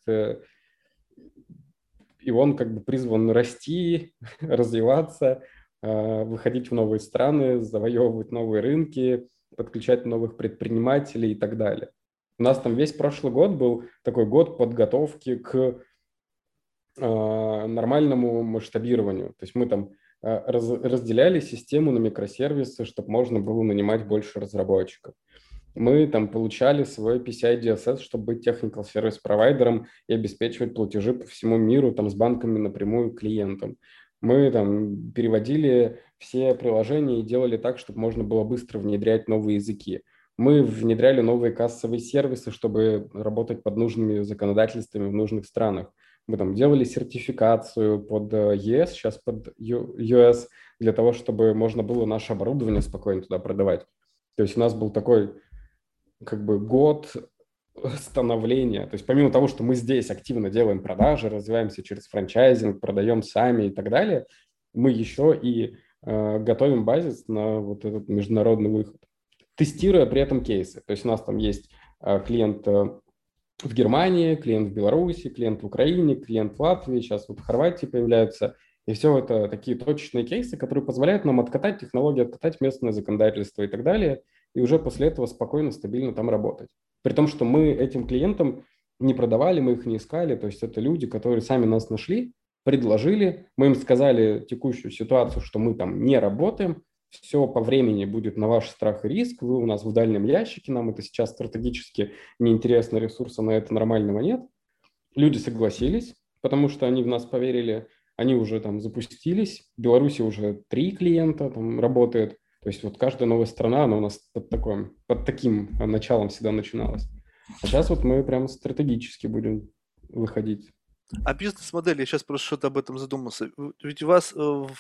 и он как бы призван расти, развиваться, выходить в новые страны, завоевывать новые рынки, подключать новых предпринимателей и так далее. У нас там весь прошлый год был такой год подготовки к нормальному масштабированию. То есть мы там разделяли систему на микросервисы, чтобы можно было нанимать больше разработчиков. Мы там получали свой PCI DSS, чтобы быть technical service провайдером и обеспечивать платежи по всему миру там, с банками напрямую клиентам. Мы там переводили все приложения и делали так, чтобы можно было быстро внедрять новые языки. Мы внедряли новые кассовые сервисы, чтобы работать под нужными законодательствами в нужных странах. Мы там делали сертификацию под ЕС, сейчас под US, для того, чтобы можно было наше оборудование спокойно туда продавать. То есть у нас был такой как бы год становления. То есть помимо того, что мы здесь активно делаем продажи, развиваемся через франчайзинг, продаем сами и так далее, мы еще и готовим базис на вот этот международный выход, тестируя при этом кейсы. То есть у нас там есть клиент в Германии, клиент в Беларуси, клиент в Украине, клиент в Латвии, сейчас вот в Хорватии появляются. И все это такие точечные кейсы, которые позволяют нам откатать технологии, откатать местное законодательство и так далее, и уже после этого спокойно, стабильно там работать. При том, что мы этим клиентам не продавали, мы их не искали, то есть это люди, которые сами нас нашли, предложили, мы им сказали текущую ситуацию, что мы там не работаем, все по времени будет на ваш страх и риск, вы у нас в дальнем ящике, нам это сейчас стратегически неинтересно, ресурса на это нормального нет. Люди согласились, потому что они в нас поверили, они уже там запустились. В Беларуси уже 3 клиента там работает. То есть вот каждая новая страна, она у нас под таким началом всегда начиналась. А сейчас вот мы прям стратегически будем выходить. А бизнес-модель, я сейчас просто что-то об этом задумался. Ведь у вас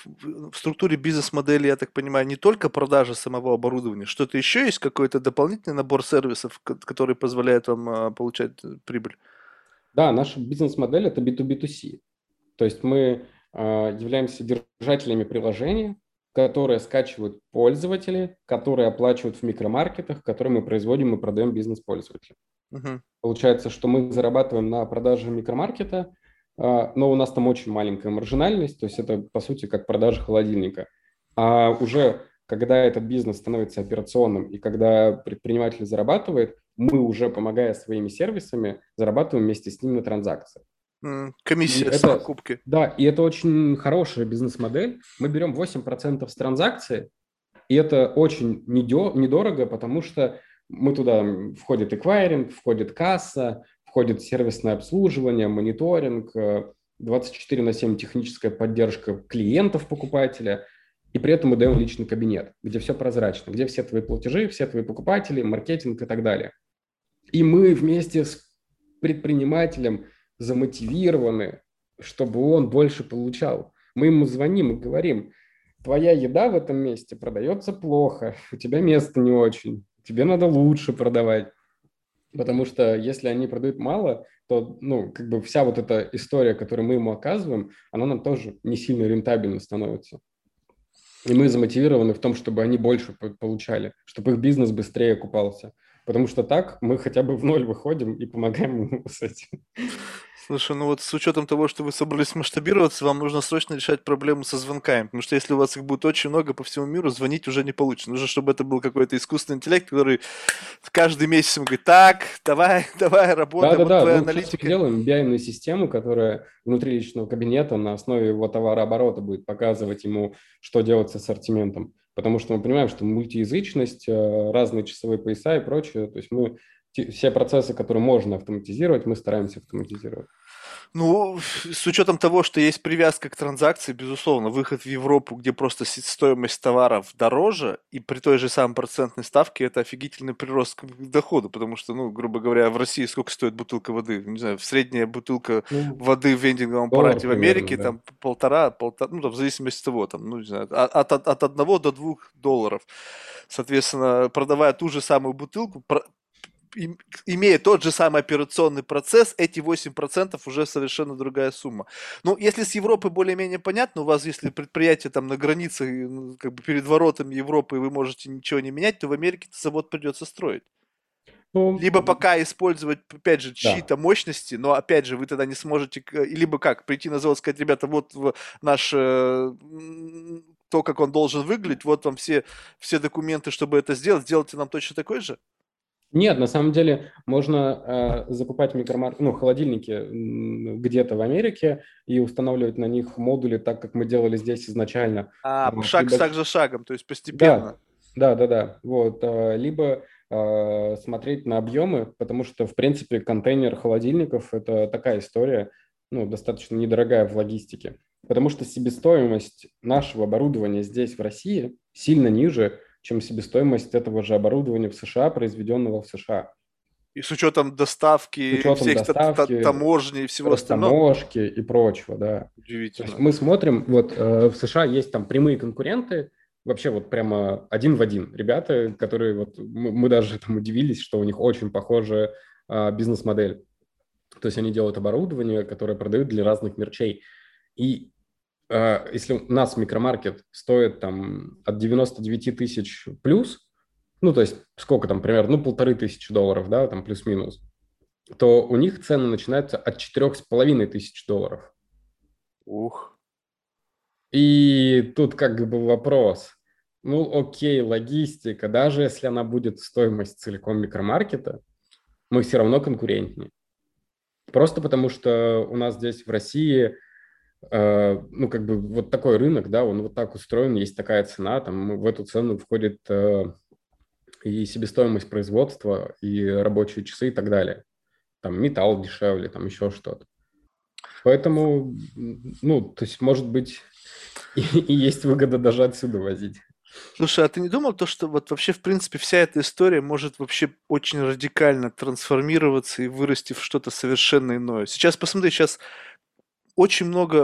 в структуре бизнес-модели, я так понимаю, не только продажа самого оборудования, что-то еще есть, какой-то дополнительный набор сервисов, который позволяет вам получать прибыль? Да, наша бизнес-модель – это B2B2C. То есть мы являемся держателями приложения, которые скачивают пользователи, которые оплачивают в микромаркетах, которые мы производим и продаем бизнес-пользователям. Мгм. Получается, что мы зарабатываем на продаже микромаркета, но у нас там очень маленькая маржинальность, то есть это, по сути, как продажа холодильника. А уже когда этот бизнес становится операционным и когда предприниматель зарабатывает, мы уже, помогая своими сервисами, зарабатываем вместе с ним на транзакции. И Комиссия с это, покупки. да, и это очень хорошая бизнес-модель. Мы берем 8% с транзакции, и это очень недорого, потому что мы туда входит эквайринг, входит касса, входит сервисное обслуживание, мониторинг, 24/7 техническая поддержка клиентов покупателя, и при этом мы даем личный кабинет, где все прозрачно, где все твои платежи, все твои покупатели, маркетинг и так далее. И мы вместе с предпринимателем замотивированы, чтобы он больше получал. Мы ему звоним и говорим: твоя еда в этом месте продается плохо, у тебя место не очень, тебе надо лучше продавать. Потому что если они продают мало, то, ну, как бы вся вот эта история, которую мы ему оказываем, она нам тоже не сильно рентабельно становится. И мы замотивированы в том, чтобы они больше получали, чтобы их бизнес быстрее окупался. Потому что так мы хотя бы в ноль выходим и помогаем ему с этим. Слушай, ну вот с учетом того, что вы собрались масштабироваться, вам нужно срочно решать проблему со звонками, потому что если у вас их будет очень много по всему миру, звонить уже не получится. Нужно, чтобы это был какой-то искусственный интеллект, который каждый месяц ему говорит: так, давай, давай, работай, вот Да-да-да, твоя ну сейчас мы аналитика. делаем BI-ную систему, которая внутри личного кабинета на основе его товарооборота будет показывать ему, что делать с ассортиментом. Потому что мы понимаем, что мультиязычность, разные часовые пояса и прочее, то есть мы все процессы, которые можно автоматизировать, мы стараемся автоматизировать. Ну, с учетом того, что есть привязка к транзакции, безусловно, выход в Европу, где просто стоимость товаров дороже, и при той же самой процентной ставке, это офигительный прирост к доходу, потому что, ну, грубо говоря, в России сколько стоит бутылка воды? Не знаю, средняя бутылка Ну, воды в вендинговом доллар аппарате в примерно, Америке, да. там полтора, ну, там, в зависимости от того, там, ну, не знаю, от 1 до 2 долларов. Соответственно, продавая ту же самую бутылку, имея тот же самый операционный процесс, эти 8% уже совершенно другая сумма. Ну, если с Европой более-менее понятно, у вас, если предприятие там на границе, ну, как бы перед воротами Европы, и вы можете ничего не менять, то в Америке завод придется строить. Ну, Либо пока использовать, опять же, да. чьи-то мощности, но, опять же, вы тогда не сможете, либо как, прийти на завод и сказать: ребята, вот наш, то, как он должен выглядеть, вот вам все документы, чтобы это сделать, сделайте нам точно такой же. Нет, на самом деле можно закупать ну, холодильники где-то в Америке и устанавливать на них модули так, как мы делали здесь изначально. При Шаг за шагом, то есть постепенно. Да, да. Вот, либо смотреть на объемы, потому что, в принципе, контейнер холодильников – это такая история, ну, достаточно недорогая в логистике. Потому что себестоимость нашего оборудования здесь, в России, сильно ниже, чем себестоимость этого же оборудования в США, произведенного в США. И с учетом С доставки, учетом всех доставки, таможни и всего остального. растаможки и прочего, да. То есть Удивительно. мы смотрим, вот в США есть там прямые конкуренты, вообще вот прямо один в один. Ребята, которые вот, мы даже там удивились, что у них очень похожая бизнес-модель. То есть они делают оборудование, которое продают для разных мерчей. И если у нас микромаркет стоит там от 99 000 плюс, ну, то есть сколько там примерно, ну, $1500, да, там плюс-минус, то у них цены начинаются от 4500 долларов. Ух. И тут как бы вопрос. Ну, окей, логистика, даже если она будет стоимость целиком микромаркета, мы все равно конкурентнее. Просто потому что у нас здесь в России, ну, как бы вот такой рынок, да, он вот так устроен, есть такая цена, там в эту цену входит и себестоимость производства, и рабочие часы и так далее. Там металл дешевле, там еще что-то. Поэтому, ну, то есть, может быть, и есть выгода даже отсюда возить. Слушай, а ты не думал то, что вот вообще, в принципе, вся эта история может вообще очень радикально трансформироваться и вырасти в что-то совершенно иное? Сейчас посмотри, сейчас очень много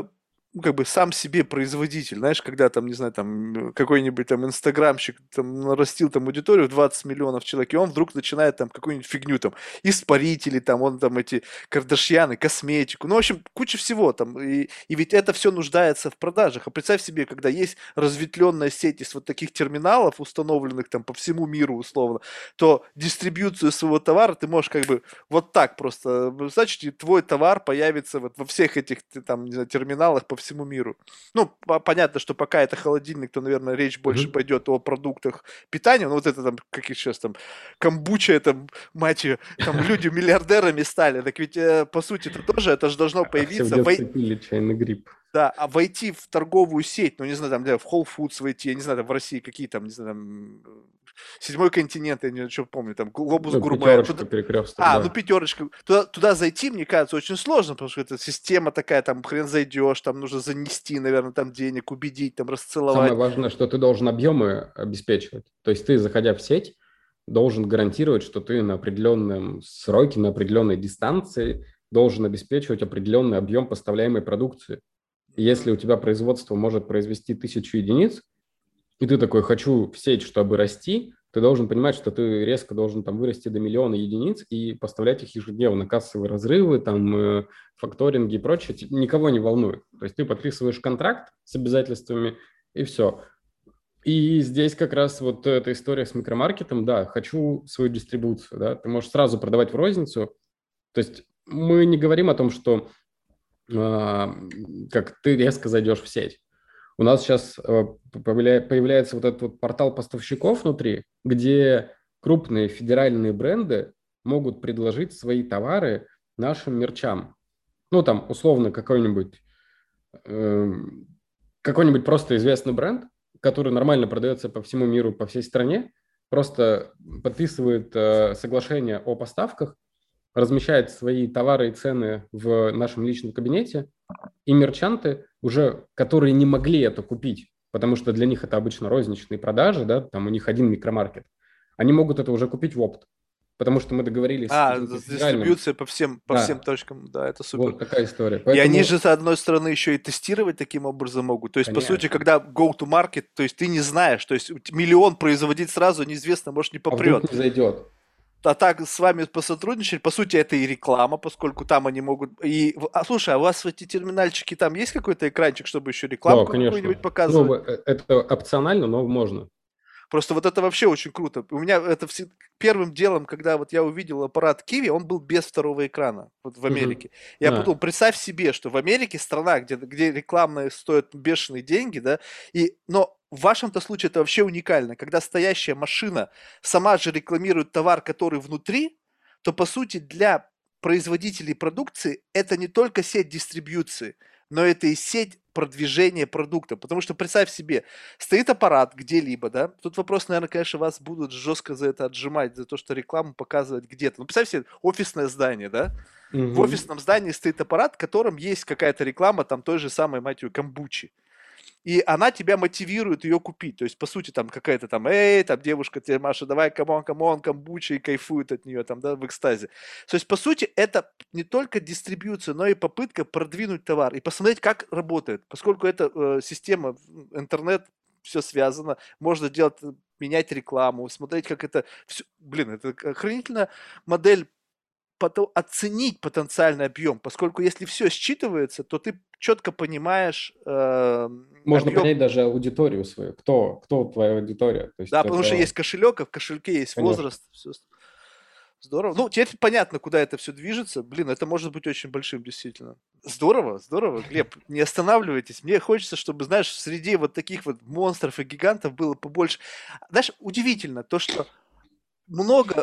ну, как бы сам себе производитель, знаешь, когда там, не знаю, там какой-нибудь там инстаграмщик там нарастил там аудиторию в 20 миллионов человек, и он вдруг начинает там какую-нибудь фигню там, испарители там, он там эти Кардашьяны, косметику, ну, в общем, куча всего там, и ведь это все нуждается в продажах, а представь себе, когда есть разветвленная сеть из вот таких терминалов, установленных там по всему миру условно, то дистрибьюцию своего товара ты можешь как бы вот так просто, значит, и твой товар появится вот во всех этих там, не знаю, терминалах по всему миру. Ну, понятно, что пока это холодильник, то, наверное, речь больше Мгм. пойдет о продуктах питания. Ну, вот это там, как их сейчас там, камбуча, это, мать её, там люди миллиардерами стали. Так ведь, по сути, это тоже, это же должно А все в появиться детстве пили чайный гриб. да, а войти в торговую сеть, ну, не знаю, там, в Whole Foods войти, я не знаю, там, в России какие там, не знаю, там, Седьмой континент, я не что помню, там, Глобус Ну, Гурме, пятерочка, перекресток, ну, да. пятерочка, туда зайти, мне кажется, очень сложно, потому что это система такая, там, хрен зайдешь, там, нужно занести, наверное, там, денег, убедить, там, расцеловать. Самое важное, что ты должен объемы обеспечивать. То есть ты, заходя в сеть, должен гарантировать, что ты на определенном сроке, на определенной дистанции должен обеспечивать определенный объем поставляемой продукции. И если у тебя производство может произвести 1000 единиц, и ты такой, хочу в сеть, чтобы расти, ты должен понимать, что ты резко должен там вырасти до 1 000 000 единиц и поставлять их ежедневно. Кассовые разрывы, там, факторинги и прочее никого не волнует. То есть ты подписываешь контракт с обязательствами, и все. И здесь как раз вот эта история с микромаркетом, да, хочу свою дистрибуцию, да, ты можешь сразу продавать в розницу. То есть мы не говорим о том, что а, как ты резко зайдешь в сеть. У нас сейчас появляется вот этот вот портал поставщиков внутри, где крупные федеральные бренды могут предложить свои товары нашим мерчам. Ну, там, условно, эм, какой-нибудь просто известный бренд, который нормально продается по всему миру, по всей стране, просто подписывает соглашение о поставках, размещает свои товары и цены в нашем личном кабинете, и мерчанты уже, которые не могли это купить, потому что для них это обычно розничные продажи, да, там у них один микромаркет, они могут это уже купить в опт, потому что мы договорились с каким-то федеральным. Дистрибьюция по всем Да, точкам, да, это супер. вот такая история. И они Поэтому, же, с одной стороны, еще и тестировать таким образом могут. То есть, по сути, конечно. когда go to market, то есть ты не знаешь, то есть миллион производить сразу неизвестно, может, не А вдруг попрет. не зайдет? А так с вами посотрудничали, по сути, это и реклама, поскольку там они могут... слушай, а у вас в эти терминальчики там есть какой-то экранчик, чтобы еще Да, рекламку какую-нибудь конечно. Ну, показывать? это опционально, но можно. Просто вот это вообще очень круто. У меня это первым делом, когда вот я увидел аппарат Kiwi, он был без второго экрана вот в Мгм. Америке. Я подумал, Да. представь себе, что в Америке страна, где рекламные стоят бешеные деньги, да, но в вашем-то случае это вообще уникально. Когда стоящая машина сама же рекламирует товар, который внутри, то по сути для производителей продукции это не только сеть дистрибьюции, но это и сеть продвижения продукта. Потому что представь себе, стоит аппарат где-либо, да, тут вопрос, наверное, конечно, вас будут жестко за это отжимать, за то, что рекламу показывать где-то. Ну, представь себе, офисное здание, да, в Мгм. офисном здании стоит аппарат, в котором есть какая-то реклама, там той же самой, мать ее, камбучи. И она тебя мотивирует ее купить. То есть, по сути, там какая-то там, эй, там девушка тебе, Маша, давай, камон, камбуча, и кайфует от нее там, да, в экстазе. То есть, по сути, это не только дистрибьюция, но и попытка продвинуть товар и посмотреть, как работает. Поскольку это система, интернет, все связано, можно делать, менять рекламу, смотреть, как это... Всё, блин, это охренительная модель оценить потенциальный объем, поскольку если все считывается, то ты четко понимаешь Можно объем. понять даже аудиторию свою. Кто твоя аудитория? То есть Да, потому что это, есть кошелек, а в кошельке есть конечно. возраст. Всё здорово. Ну, теперь понятно, куда это все движется. Блин, это может быть очень большим, действительно. Здорово, здорово. Глеб, не останавливайтесь. Мне хочется, чтобы, знаешь, среди вот таких вот монстров и гигантов было побольше. Знаешь, удивительно то, что много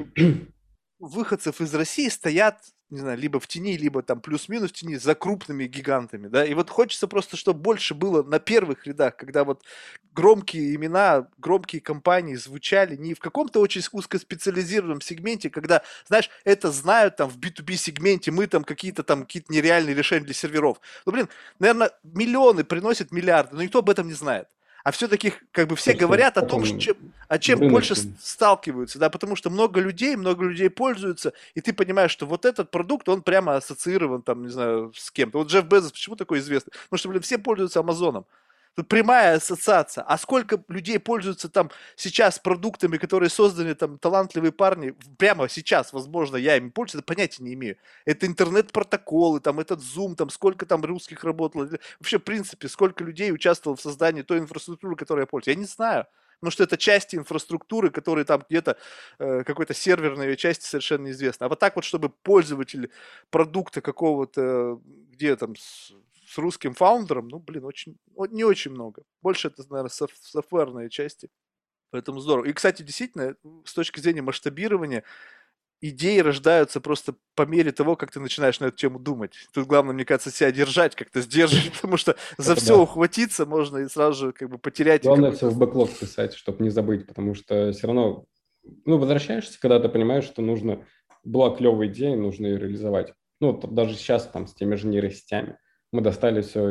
выходцев из России стоят, не знаю, либо в тени, либо там плюс-минус в тени за крупными гигантами, да, и вот хочется просто, чтобы больше было на первых рядах, когда вот громкие имена, громкие компании звучали не в каком-то очень узкоспециализированном сегменте, когда, знаешь, это знают там в B2B сегменте, мы там какие-то нереальные решения для серверов. Ну, блин, наверное, миллионы приносят миллиарды, но никто об этом не знает. А все-таки как бы все Собственно, говорят о том, потом чем в больше рыночном. сталкиваются, да, потому что много людей пользуются, и ты понимаешь, что вот этот продукт, он прямо ассоциирован, там, не знаю, с кем-то. Вот Джефф Безос почему такой известный? Потому что, блин, все пользуются Амазоном. Тут прямая ассоциация. А сколько людей пользуются там сейчас продуктами, которые созданы там талантливые парни, прямо сейчас, возможно, я ими пользуюсь, это понятия не имею. Это интернет-протоколы, там этот Zoom, там сколько там русских работало. Вообще, в принципе, сколько людей участвовало в создании той инфраструктуры, которой я пользуюсь. Я не знаю. Потому что это части инфраструктуры, которые там где-то какой-то серверной ее части совершенно неизвестно. А вот так вот, чтобы пользователь продукта какого-то, где там с русским фаундером, ну, блин, не очень много. Больше это, наверное, софтверные части. Поэтому здорово. И, кстати, действительно, с точки зрения масштабирования, идеи рождаются просто по мере того, как ты начинаешь на эту тему думать. Тут главное, мне кажется, себя держать, как-то сдерживать, потому что за Это все да. ухватиться можно и сразу же как бы потерять и Главное все какой-то... в бэклог писать, чтобы не забыть, потому что все равно, ну, возвращаешься, когда ты понимаешь, что нужно, была клевая идея, нужно ее реализовать. Ну, вот даже сейчас там с теми же нейросетями мы достали все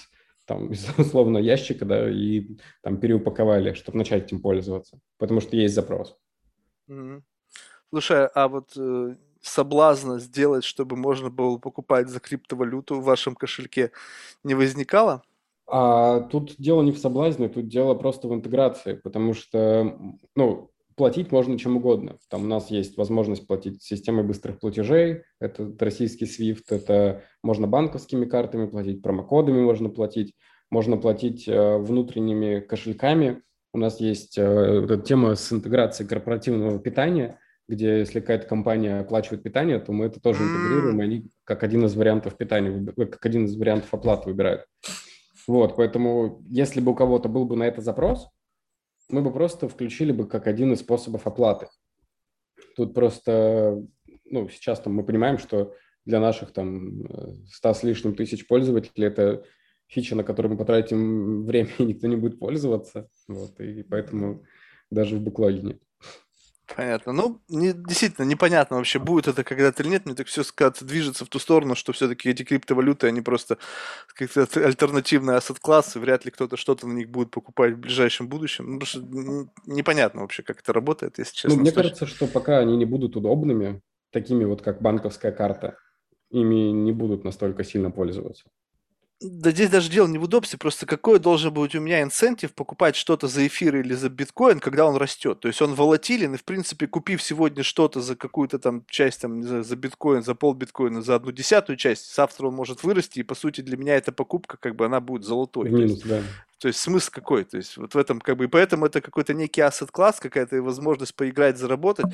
из условно ящика, да, и там переупаковали, чтобы начать этим пользоваться, потому что есть запрос. Мгм. Слушай, а вот соблазна сделать, чтобы можно было покупать за криптовалюту в вашем кошельке не возникало? А тут дело не в соблазне, тут дело просто в интеграции, потому что, ну, платить можно чем угодно. Там у нас есть возможность платить системой быстрых платежей, это российский SWIFT, это можно банковскими картами платить, промокодами можно платить внутренними кошельками. У нас есть вот эта тема с интеграцией корпоративного питания, где если какая-то компания оплачивает питание, то мы это тоже интегрируем, М, и они как один из вариантов питания, как один из вариантов оплаты выбирают. Вот, поэтому если бы у кого-то был бы на это запрос, мы бы просто включили бы как один из способов оплаты. Тут просто, ну, сейчас там мы понимаем, что для наших там 100 с лишним тысяч пользователей это фича, на которую мы потратим время, и никто не будет пользоваться. Вот, и поэтому даже в бэклоге нет. Понятно. Ну, действительно, непонятно вообще, будет это когда-то или нет. Мне так все кажется, движется в ту сторону, что все-таки эти криптовалюты, они просто как-то альтернативные ассет-классы, вряд ли кто-то что-то на них будет покупать в ближайшем будущем. Ну, потому что непонятно вообще, как это работает, если Ну, честно. мне кажется, что пока они не будут удобными, такими вот как банковская карта, ими не будут настолько сильно пользоваться. Да здесь даже дело не в удобстве, просто какой должен быть у меня инцентив покупать что-то за эфир или за биткоин, когда он растет. То есть он волатилен, и в принципе, купив сегодня что-то за какую-то там часть, там, не знаю, за биткоин, за полбиткоина, за 1/10 часть, завтра он может вырасти, и по сути для меня эта покупка, как бы она будет золотой. В То есть минус, да. смысл какой? То есть вот в этом как бы, и поэтому это какой-то некий ассет-класс, какая-то возможность поиграть, заработать,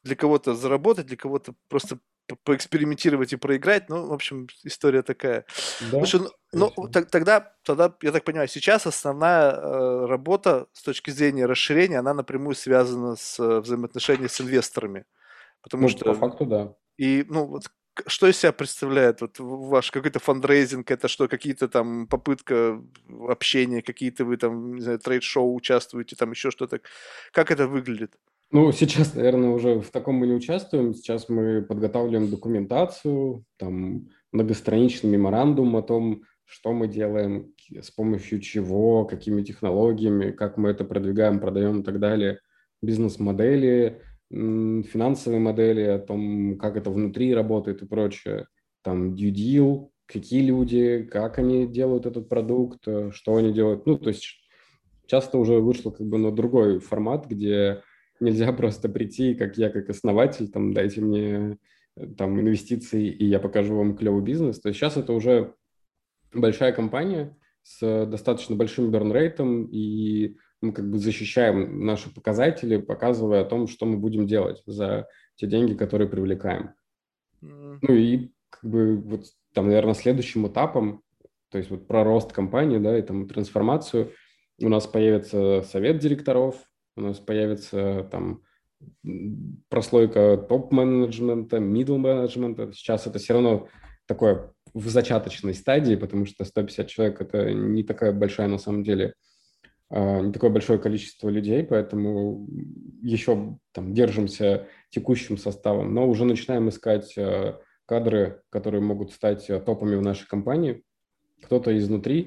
для кого-то просто поэкспериментировать и проиграть. Ну, в общем, история такая. Да, Слушай, скорее всего. тогда, я так понимаю, сейчас основная работа с точки зрения расширения, она напрямую связана с взаимоотношениями с инвесторами. Потому Ну, по что, факту, да. и, ну, вот, что из себя представляет вот ваш какой-то фандрейзинг, это что, какие-то там попытка общения, какие-то вы там, не знаю, трейд-шоу участвуете, там еще что-то. Как это выглядит? Ну, сейчас, наверное, уже в таком мы не участвуем. Сейчас мы подготавливаем документацию, там многостраничный меморандум о том, что мы делаем, с помощью чего, какими технологиями, как мы это продвигаем, продаем и так далее. Бизнес-модели, финансовые модели, о том, как это внутри работает и прочее. Там due deal, какие люди, как они делают этот продукт, что они делают. Ну, то есть часто уже вышло как бы на другой формат, где нельзя просто прийти, как я, как основатель, там, дайте мне там инвестиции, и я покажу вам клевый бизнес. То есть сейчас это уже большая компания с достаточно большим бернрейтом, и мы как бы защищаем наши показатели, показывая о том, что мы будем делать за те деньги, которые привлекаем. М, Ну и как бы вот там, наверное, следующим этапом, то есть вот про рост компании, да, и там трансформацию, у нас появится совет директоров, у нас появится там прослойка топ-менеджмента, middle-менеджмента. Сейчас это все равно такое в зачаточной стадии, потому что 150 человек – это не такая большая на самом деле, не такое большое количество людей, поэтому еще там держимся текущим составом, но уже начинаем искать кадры, которые могут стать топами в нашей компании. Кто-то изнутри,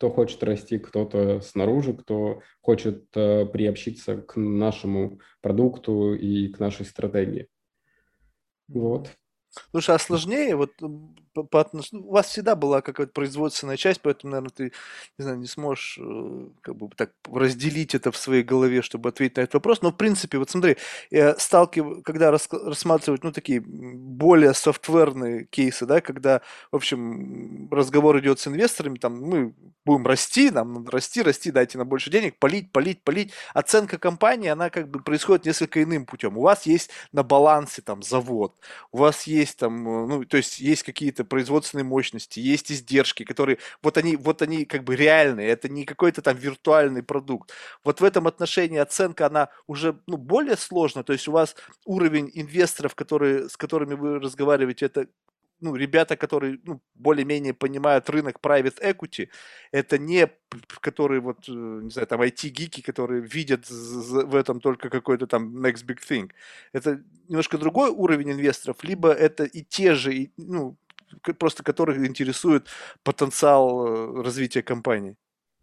кто хочет расти, кто-то снаружи, кто хочет приобщиться к нашему продукту и к нашей стратегии. Мгм. Вот. Слушай, а сложнее, вот у вас всегда была какая-то производственная часть, поэтому, наверное, ты, не знаю, не сможешь как бы так разделить это в своей голове, чтобы ответить на этот вопрос. Но, в принципе, вот смотри, когда рассматривать, ну, такие более софтверные кейсы, да, когда, в общем, разговор идет с инвесторами, там, мы будем расти, нам надо расти, расти, дайте нам больше денег, полить, полить, полить. Оценка компании, она как бы происходит несколько иным путем. У вас есть на балансе там завод, у вас есть там, ну, то есть есть какие-то производственные мощности, есть издержки, которые, вот они как бы реальные, это не какой-то там виртуальный продукт. Вот в этом отношении оценка, она уже, ну, более сложна, то есть у вас уровень инвесторов, с которыми вы разговариваете, это, ну, ребята, которые, ну, более-менее понимают рынок private equity, это не которые вот, не знаю, там IT-гики, которые видят в этом только какой-то там next big thing. Это немножко другой уровень инвесторов, либо это и те же, ну, просто которых интересует потенциал развития компании.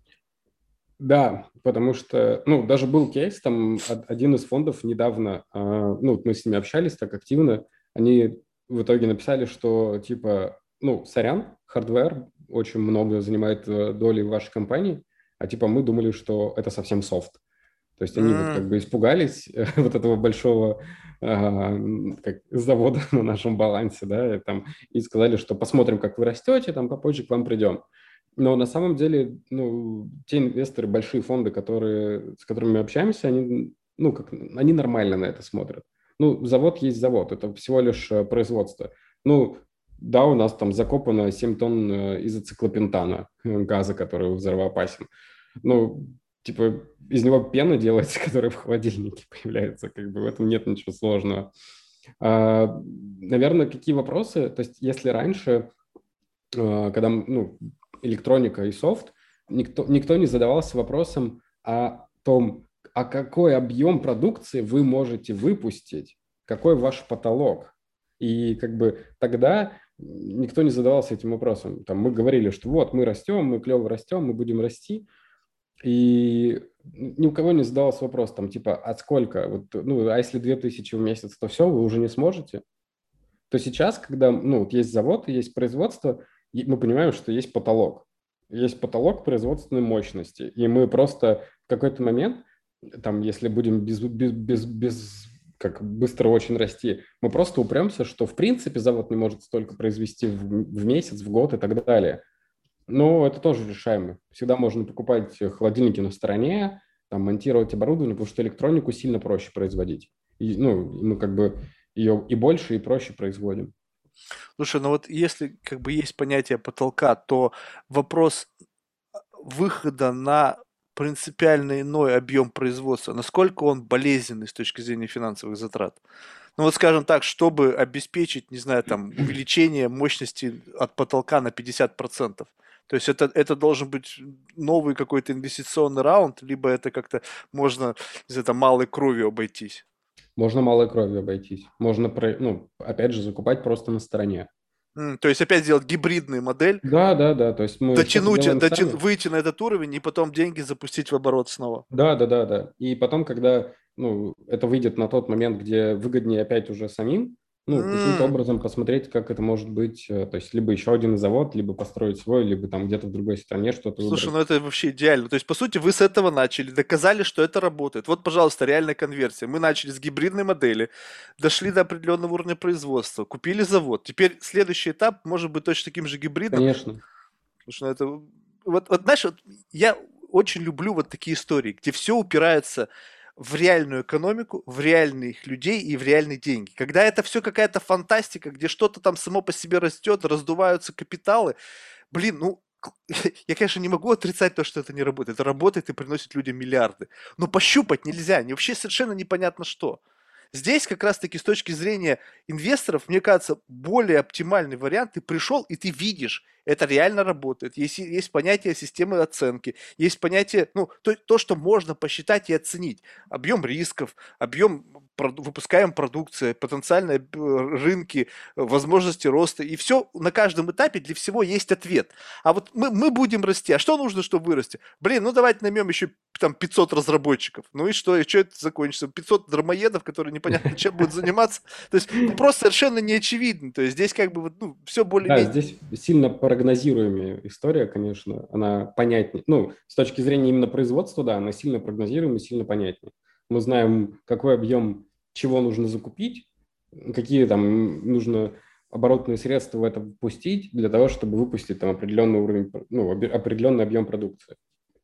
Да, потому что, ну, даже был кейс, там один из фондов недавно, ну, вот мы с ними общались так активно, они в итоге написали, что, типа, ну, сорян, хардвер очень много занимает доли в вашей компании, а, типа, мы думали, что это совсем софт. То есть они вот как бы испугались вот этого большого как завода на нашем балансе, да, и сказали, что посмотрим, как вы растете, там попозже к вам придем. Но на самом деле, ну, те инвесторы, большие фонды, с которыми мы общаемся, они, ну, они нормально на это смотрят. Ну, завод есть завод, это всего лишь производство. Ну, да, у нас там закопано 7 тонн изоциклопентана, газа, который взрывоопасен. Ну, типа, из него пена делается, которая в холодильнике появляется, как бы в этом нет ничего сложного. Наверное, какие вопросы? То есть, если раньше, когда, ну, электроника и софт, никто не задавался вопросом о том, а какой объем продукции вы можете выпустить, какой ваш потолок. И как бы тогда никто не задавался этим вопросом. Там мы говорили, что вот мы растем, мы клево растем, мы будем расти, и ни у кого не задавался вопрос, там, типа, а сколько? Вот, ну, а если 2000 в месяц, то все, вы уже не сможете? То сейчас, когда, ну, вот есть завод, есть производство, и мы понимаем, что есть потолок. Есть потолок производственной мощности. И мы просто в какой-то момент, там, если будем как быстро очень расти, мы просто упремся, что в принципе завод не может столько произвести в месяц, в год и так далее. Но это тоже решаемо. Всегда можно покупать холодильники на стороне, там, монтировать оборудование, потому что электронику сильно проще производить. И, ну, мы как бы ее и больше, и проще производим. Слушай, ну вот если как бы есть понятие потолка, то вопрос выхода на принципиально иной объем производства, насколько он болезненный с точки зрения финансовых затрат? Ну вот скажем так, чтобы обеспечить, не знаю, там, увеличение мощности от потолка на 50%. То есть это должен быть новый какой-то инвестиционный раунд, либо это как-то можно, не знаю, там, малой кровью обойтись. Можно малой кровью обойтись. Можно, ну, опять же, закупать просто на стороне. То есть опять сделать гибридную модель, Да, да, да. То есть мы что-то делаем сами. выйти на этот уровень и потом деньги запустить в оборот снова. Да, да, да, да. И потом, когда, ну, это выйдет на тот момент, где выгоднее опять уже самим, ну, каким-то М, образом посмотреть, как это может быть. То есть либо еще один завод, либо построить свой, либо там где-то в другой стране что-то Слушай, выбрать. ну это вообще идеально. То есть, по сути, вы с этого начали, доказали, что это работает. Вот, пожалуйста, реальная конверсия. Мы начали с гибридной модели, дошли до определенного уровня производства, купили завод. Теперь следующий этап может быть точно таким же гибридным. Конечно. Потому что это... Вот знаешь, вот я очень люблю вот такие истории, где все упирается в реальную экономику, в реальных людей и в реальные деньги. Когда это все какая-то фантастика, где что-то там само по себе растет, раздуваются капиталы, блин, ну, я, конечно, не могу отрицать то, что это не работает. Это работает и приносит людям миллиарды. Но пощупать нельзя. Вообще совершенно непонятно что. Здесь как раз-таки с точки зрения инвесторов, мне кажется, более оптимальный вариант. Ты пришел и ты видишь, это реально работает. Есть понятие системы оценки, есть понятие, ну, то, что можно посчитать и оценить. Объем рисков, объем выпускаемой продукции, потенциальные рынки, возможности роста. И все на каждом этапе для всего есть ответ. А вот мы будем расти. А что нужно, чтобы вырасти? Блин, ну давайте наймем еще там 500 разработчиков. Ну и что? И что это закончится? 500 дармоедов, которые непонятно чем будут заниматься. То есть вопрос совершенно не очевидный. То есть здесь как бы вот, ну, все Да, более-менее. здесь сильно прогнозируемая история, конечно, она понятнее. Ну, с точки зрения именно производства, да, она сильно прогнозируемая, сильно понятнее. Мы знаем, какой объем чего нужно закупить, какие там нужно оборотные средства в это впустить для того, чтобы выпустить там определенный уровень, ну, определенный объем продукции.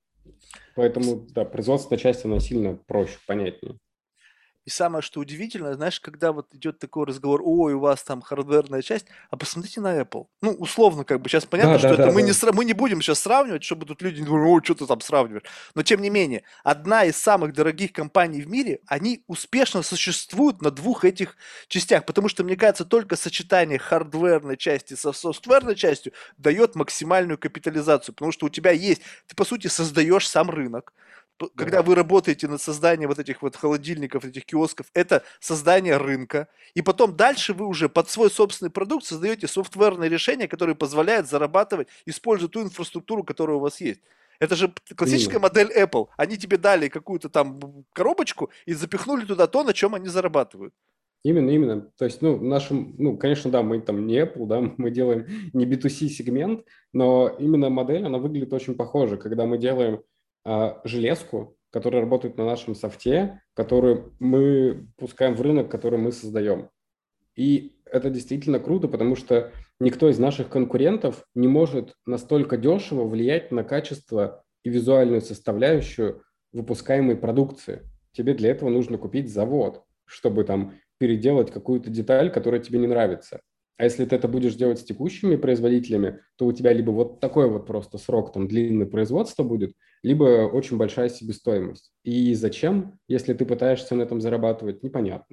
Поэтому, да, производственная часть, она сильно проще, понятнее. И самое, что удивительно, знаешь, когда вот идет такой разговор, ой, у вас там хардверная часть, а посмотрите на Apple. Ну, условно, как бы сейчас Да, понятно, да, что это да, да. мы не будем сейчас сравнивать, чтобы тут люди не говорили, ой, что ты там сравниваешь. Но тем не менее, одна из самых дорогих компаний в мире, они успешно существуют на двух этих частях, потому что, мне кажется, только сочетание хардверной части со софтверной частью дает максимальную капитализацию, потому что у тебя есть, ты по сути создаешь сам рынок, когда Да. вы работаете над созданием вот этих вот холодильников, этих киосков, это создание рынка. И потом дальше вы уже под свой собственный продукт создаете софтверные решения, которые позволяют зарабатывать, используя ту инфраструктуру, которая у вас есть. Это же классическая Именно. модель Apple. Они тебе дали какую-то там коробочку и запихнули туда то, на чем они зарабатывают. Именно, именно. То есть, ну, нашим, ну, конечно, да, мы там не Apple, да, мы делаем не B2C сегмент, но именно модель, она выглядит очень похоже, когда мы делаем железку, которая работает на нашем софте, которую мы пускаем в рынок, который мы создаем. И это действительно круто, потому что никто из наших конкурентов не может настолько дешево влиять на качество и визуальную составляющую выпускаемой продукции. Тебе для этого нужно купить завод, чтобы там переделать какую-то деталь, которая тебе не нравится. А если ты это будешь делать с текущими производителями, то у тебя либо вот такой вот просто срок, там, длинное производство будет, либо очень большая себестоимость. И зачем, если ты пытаешься на этом зарабатывать, непонятно.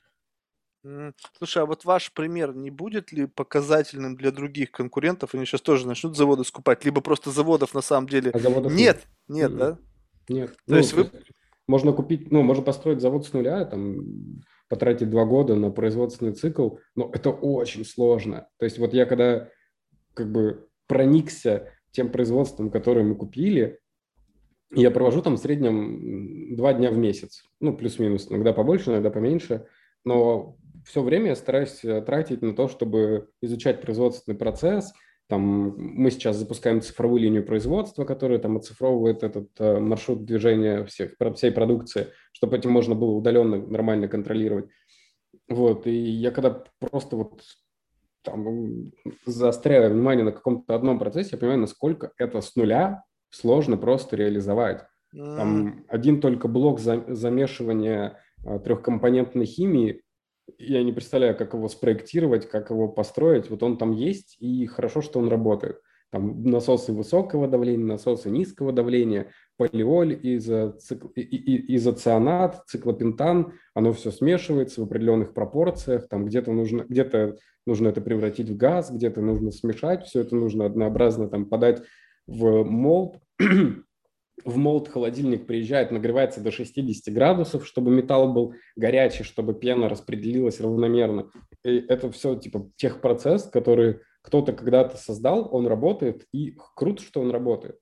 Слушай, а вот ваш пример не будет ли показательным для других конкурентов? Они сейчас тоже начнут заводы скупать, либо просто заводов на самом деле А заводов нет. нет, нет, М-м. да? Нет. То Ну, есть то вы... есть можно купить, ну, можно построить завод с нуля, там, потратить 2 года на производственный цикл, но это очень сложно. То есть вот я когда как бы проникся тем производством, которое мы купили, я провожу там в среднем 2 дня в месяц. Ну, плюс-минус, иногда побольше, иногда поменьше. Но все время я стараюсь тратить на то, чтобы изучать производственный процесс. Там мы сейчас запускаем цифровую линию производства, которая там оцифровывает этот маршрут движения всей продукции, чтобы этим можно было удаленно нормально контролировать. Вот, и я когда просто вот там заостряю внимание на каком-то одном процессе, я понимаю, насколько это с нуля сложно просто реализовать. М, Там один только блок замешивания трехкомпонентной химии, я не представляю, как его спроектировать, как его построить. Вот он там есть, и хорошо, что он работает. Там насосы высокого давления, насосы низкого давления, полиоль, изоцианат, циклопентан, оно все смешивается в определенных пропорциях. Там где-то нужно это превратить в газ, где-то нужно смешать, все это нужно однообразно там подать в молд. В молд холодильник приезжает, нагревается до 60 градусов, чтобы металл был горячий, чтобы пена распределилась равномерно. И это все типа техпроцесс, который кто-то когда-то создал, он работает, и круто, что он работает.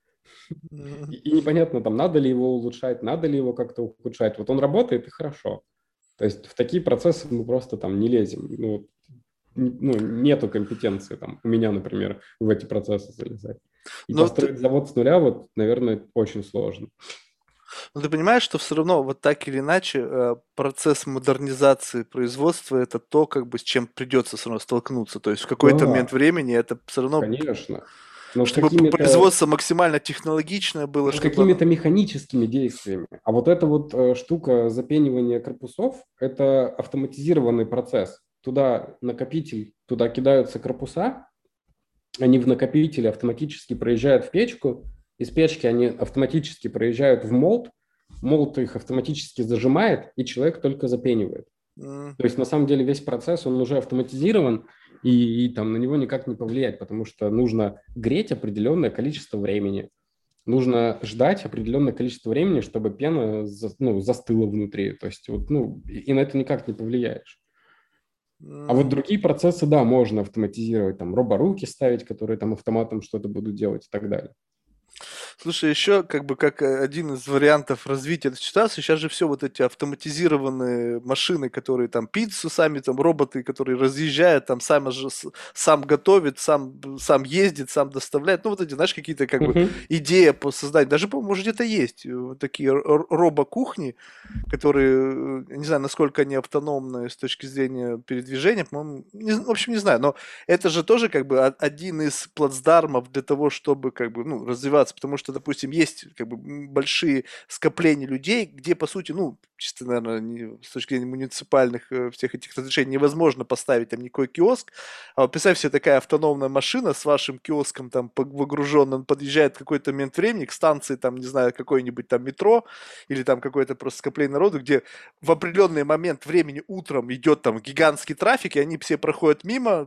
м. И непонятно, там, надо ли его улучшать, надо ли его как-то ухудшать. Вот он работает, и хорошо. То есть в такие процессы мы просто там не лезем. Ну, нету компетенции там у меня, например, в эти процессы залезать. И Но ты, построить завод с нуля, вот, наверное, очень сложно. но ты понимаешь, что все равно вот так или иначе процесс модернизации производства это то, как бы с чем придется все равно столкнуться. То есть в какой-то момент Да, времени это все равно, конечно. Но с чтобы какими-то производство максимально технологичное было, но с чтобы оно... какими-то механическими действиями. А вот эта вот штука запенивания корпусов – это автоматизированный процесс. Туда накопитель, туда кидаются корпуса, они в накопителе автоматически проезжают в печку, из печки они автоматически проезжают в молд, молд их автоматически зажимает, и человек только запенивает. М, То есть на самом деле весь процесс, он уже автоматизирован, и там на него никак не повлиять, потому что нужно греть определенное количество времени. Нужно ждать определенное количество времени, чтобы пена застыла внутри. То есть вот, и на это никак не повлияешь. А вот М, другие процессы, да, можно автоматизировать, там, роборуки ставить, которые там автоматом что-то будут делать и так далее. Слушай, еще как бы как один из вариантов развития этой ситуации, сейчас же все вот эти автоматизированные машины, которые там пиццу сами, там роботы, которые разъезжают, там сам готовит, сам ездит, сам доставляет. Ну вот эти, знаешь, какие-то как бы Мгм. идеи по созданию. Даже, по-моему, может, где-то есть вот такие робокухни, которые, не знаю, насколько они автономны с точки зрения передвижения, по-моему, в общем, не знаю, но это же тоже как бы один из плацдармов для того, чтобы как бы, ну, развиваться, потому что, допустим, есть как бы большие скопления людей, где, по сути, ну, чисто, наверное, с точки зрения муниципальных всех этих разрешений невозможно поставить там никакой киоск, а вот представь себе такая автономная машина с вашим киоском там выгруженным, подъезжает в какой-то момент времени к станции, там, не знаю, какой-нибудь там метро, или там какое-то просто скопление народу, где в определенный момент времени утром идет там гигантский трафик, и они все проходят мимо,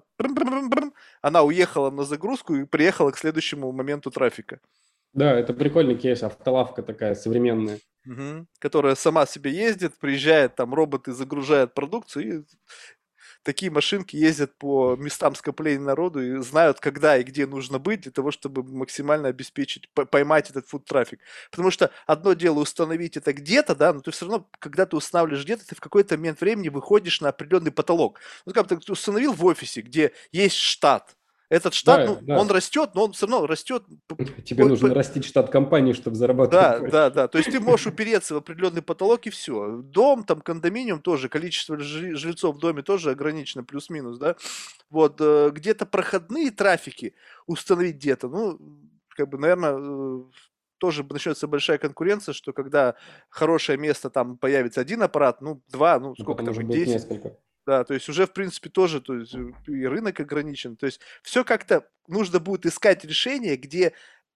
она уехала на загрузку и приехала к следующему моменту трафика. Да, это прикольный кейс, автолавка такая современная. Мгм. Которая сама себе ездит, приезжает, там роботы загружают продукцию, и такие машинки ездят по местам скопления народу и знают, когда и где нужно быть для того, чтобы максимально обеспечить, поймать этот фуд-трафик. Потому что одно дело установить это где-то, да, но ты все равно, когда ты устанавливаешь где-то, ты в какой-то момент времени выходишь на определенный потолок. Ну, как ты установил в офисе, где есть штат, этот штат, Да, ну, он да. растет, но он все равно растет Тебе нужно растить штат компании, чтобы зарабатывать да, больше. да, да. То есть ты можешь упереться в определенный потолок и все. Дом, там, кондоминиум тоже, количество жильцов в доме тоже ограничено, плюс-минус, да. Вот, где-то проходные трафики установить где-то, ну, как бы, наверное, тоже начнется большая конкуренция, что когда хорошее место, там появится один аппарат, ну, два, ну, А сколько потом там уже будет, будет 10. несколько. Да, то есть уже, в принципе, тоже, то есть и рынок ограничен. То есть все как-то нужно будет искать решение, где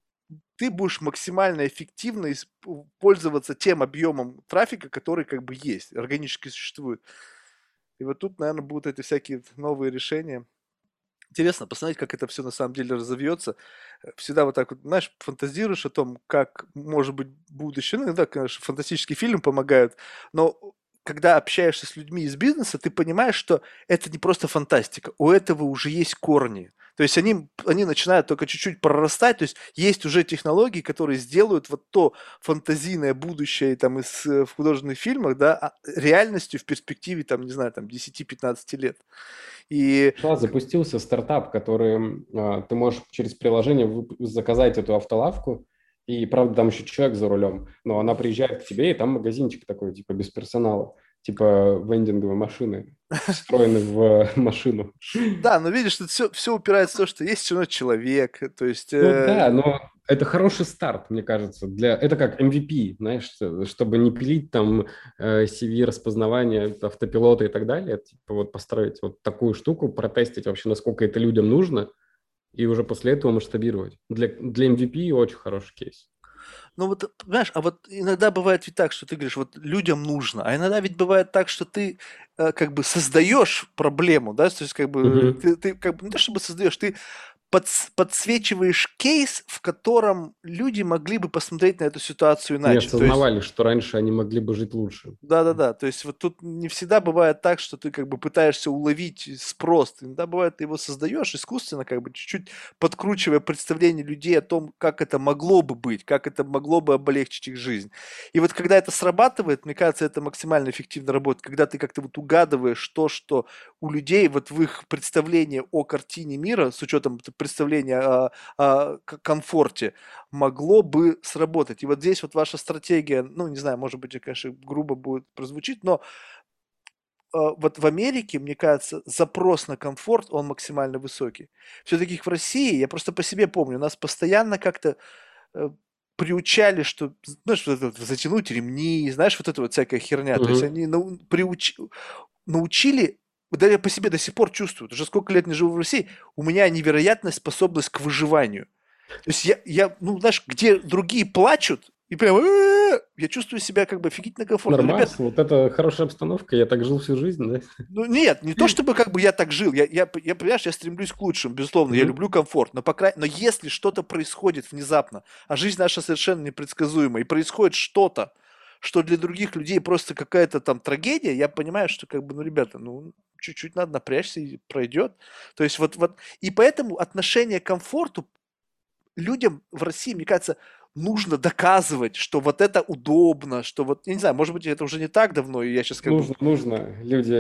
ты будешь максимально эффективно пользоваться тем объемом трафика, который как бы есть, органически существует. И вот тут, наверное, будут эти всякие новые решения. Интересно посмотреть, как это все на самом деле разовьется. Всегда вот так вот, знаешь, фантазируешь о том, как может быть будущее. Ну, иногда, конечно, фантастические фильмы помогают, но когда общаешься с людьми из бизнеса, ты понимаешь, что это не просто фантастика, у этого уже есть корни. То есть они начинают только чуть-чуть прорастать, то есть есть уже технологии, которые сделают вот то фантазийное будущее там в художественных фильмах, да, реальностью в перспективе, там, не знаю, там 10-15 лет. И Запустился стартап, который ты можешь через приложение заказать эту автолавку, и, правда, там еще человек за рулем, но она приезжает к тебе, и там магазинчик такой, типа, без персонала, типа вендинговой машины, встроенный в машину. да, но видишь, тут все упирается в то, что есть все равно человек, то есть, Ну да, но это хороший старт, мне кажется. Это как MVP, знаешь, чтобы не пилить там CV-распознавание, автопилота и так далее. Типа вот построить вот такую штуку, протестить вообще, насколько это людям нужно, и уже после этого масштабировать. Для MVP очень хороший кейс. ну вот, понимаешь, а вот иногда бывает ведь так, что ты говоришь, вот людям нужно, а иногда ведь бывает так, что ты как бы создаешь проблему, да, то есть как бы Мгм. ты как бы не то чтобы создаешь, ты подсвечиваешь кейс, в котором люди могли бы посмотреть на эту ситуацию Не иначе. То есть осознавали, что раньше они могли бы жить лучше. да-да-да. То есть вот тут не всегда бывает так, что ты как бы пытаешься уловить спрос. Иногда бывает, ты его создаешь искусственно, как бы чуть-чуть подкручивая представление людей о том, как это могло бы быть, как это могло бы облегчить их жизнь. И вот когда это срабатывает, мне кажется, это максимально эффективно работает, когда ты как-то вот угадываешь то, что у людей вот в их представлении о картине мира, с учетом представления о комфорте, могло бы сработать. И вот здесь вот ваша стратегия, ну, не знаю, может быть, конечно, грубо будет прозвучить, но вот в Америке, мне кажется, запрос на комфорт, он максимально высокий. Все-таки в России, я просто по себе помню, нас постоянно как-то э, приучали, что, знаешь, вот это вот затянуть ремни, знаешь, вот это вот всякая херня. То есть Мгм. они научили, да я по себе до сих пор чувствую, уже сколько лет не живу в России, у меня невероятная способность к выживанию. То есть ну, знаешь, где другие плачут, и прям я чувствую себя как бы офигительно комфортно. Ребята, Нормас, вот это хорошая обстановка, я так жил всю жизнь, да? ну нет, не то чтобы как бы я так жил, понимаешь, я стремлюсь к лучшему, безусловно, я Мгм. люблю комфорт, но если что-то происходит внезапно, а жизнь наша совершенно непредсказуема, и происходит что-то, что для других людей просто какая-то там трагедия, я понимаю, что как бы, ну, ребята, ну, чуть-чуть надо напрячься и пройдет. То есть вот, и поэтому отношение к комфорту людям в России, мне кажется, нужно доказывать, что вот это удобно, что вот, я не знаю, может быть, это уже не так давно, и я сейчас как бы... Нужно. Люди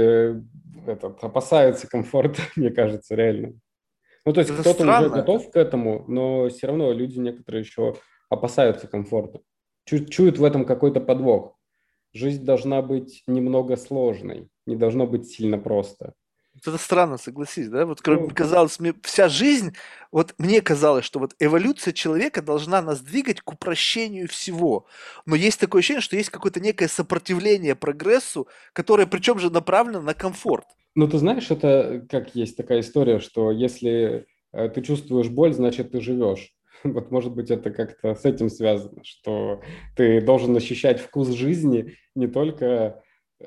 опасаются комфорта, мне кажется, реально. Ну, то есть Это кто-то уже странно. готов к этому, но все равно люди некоторые еще опасаются комфорта. Чуют в этом какой-то подвох. Жизнь должна быть немного сложной, не должно быть сильно просто. Вот это странно, согласись, да? Вот Ну, казалось мне, вся жизнь, вот мне казалось, что вот эволюция человека должна нас двигать к упрощению всего. Но есть такое ощущение, что есть какое-то некое сопротивление прогрессу, которое причем же направлено на комфорт. ну, ты знаешь, это как есть такая история, что если ты чувствуешь боль, значит, ты живешь. Вот, может быть, это как-то с этим связано, что ты должен ощущать вкус жизни не только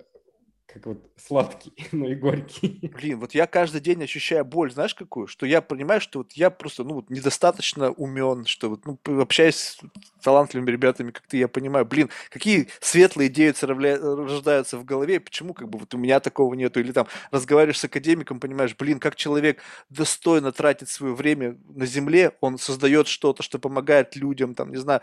как вот сладкий, но и горький. Блин, вот я каждый день ощущаю боль, знаешь какую? Что я понимаю, что вот я просто, ну, вот недостаточно умен, что вот, ну, общаясь с талантливыми ребятами, как ты, я понимаю, блин, какие светлые идеи рождаются в голове, почему как бы вот у меня такого нету, или там разговариваешь с академиком, понимаешь, блин, как человек достойно тратит свое время на земле, он создает что-то, что помогает людям, там, не знаю,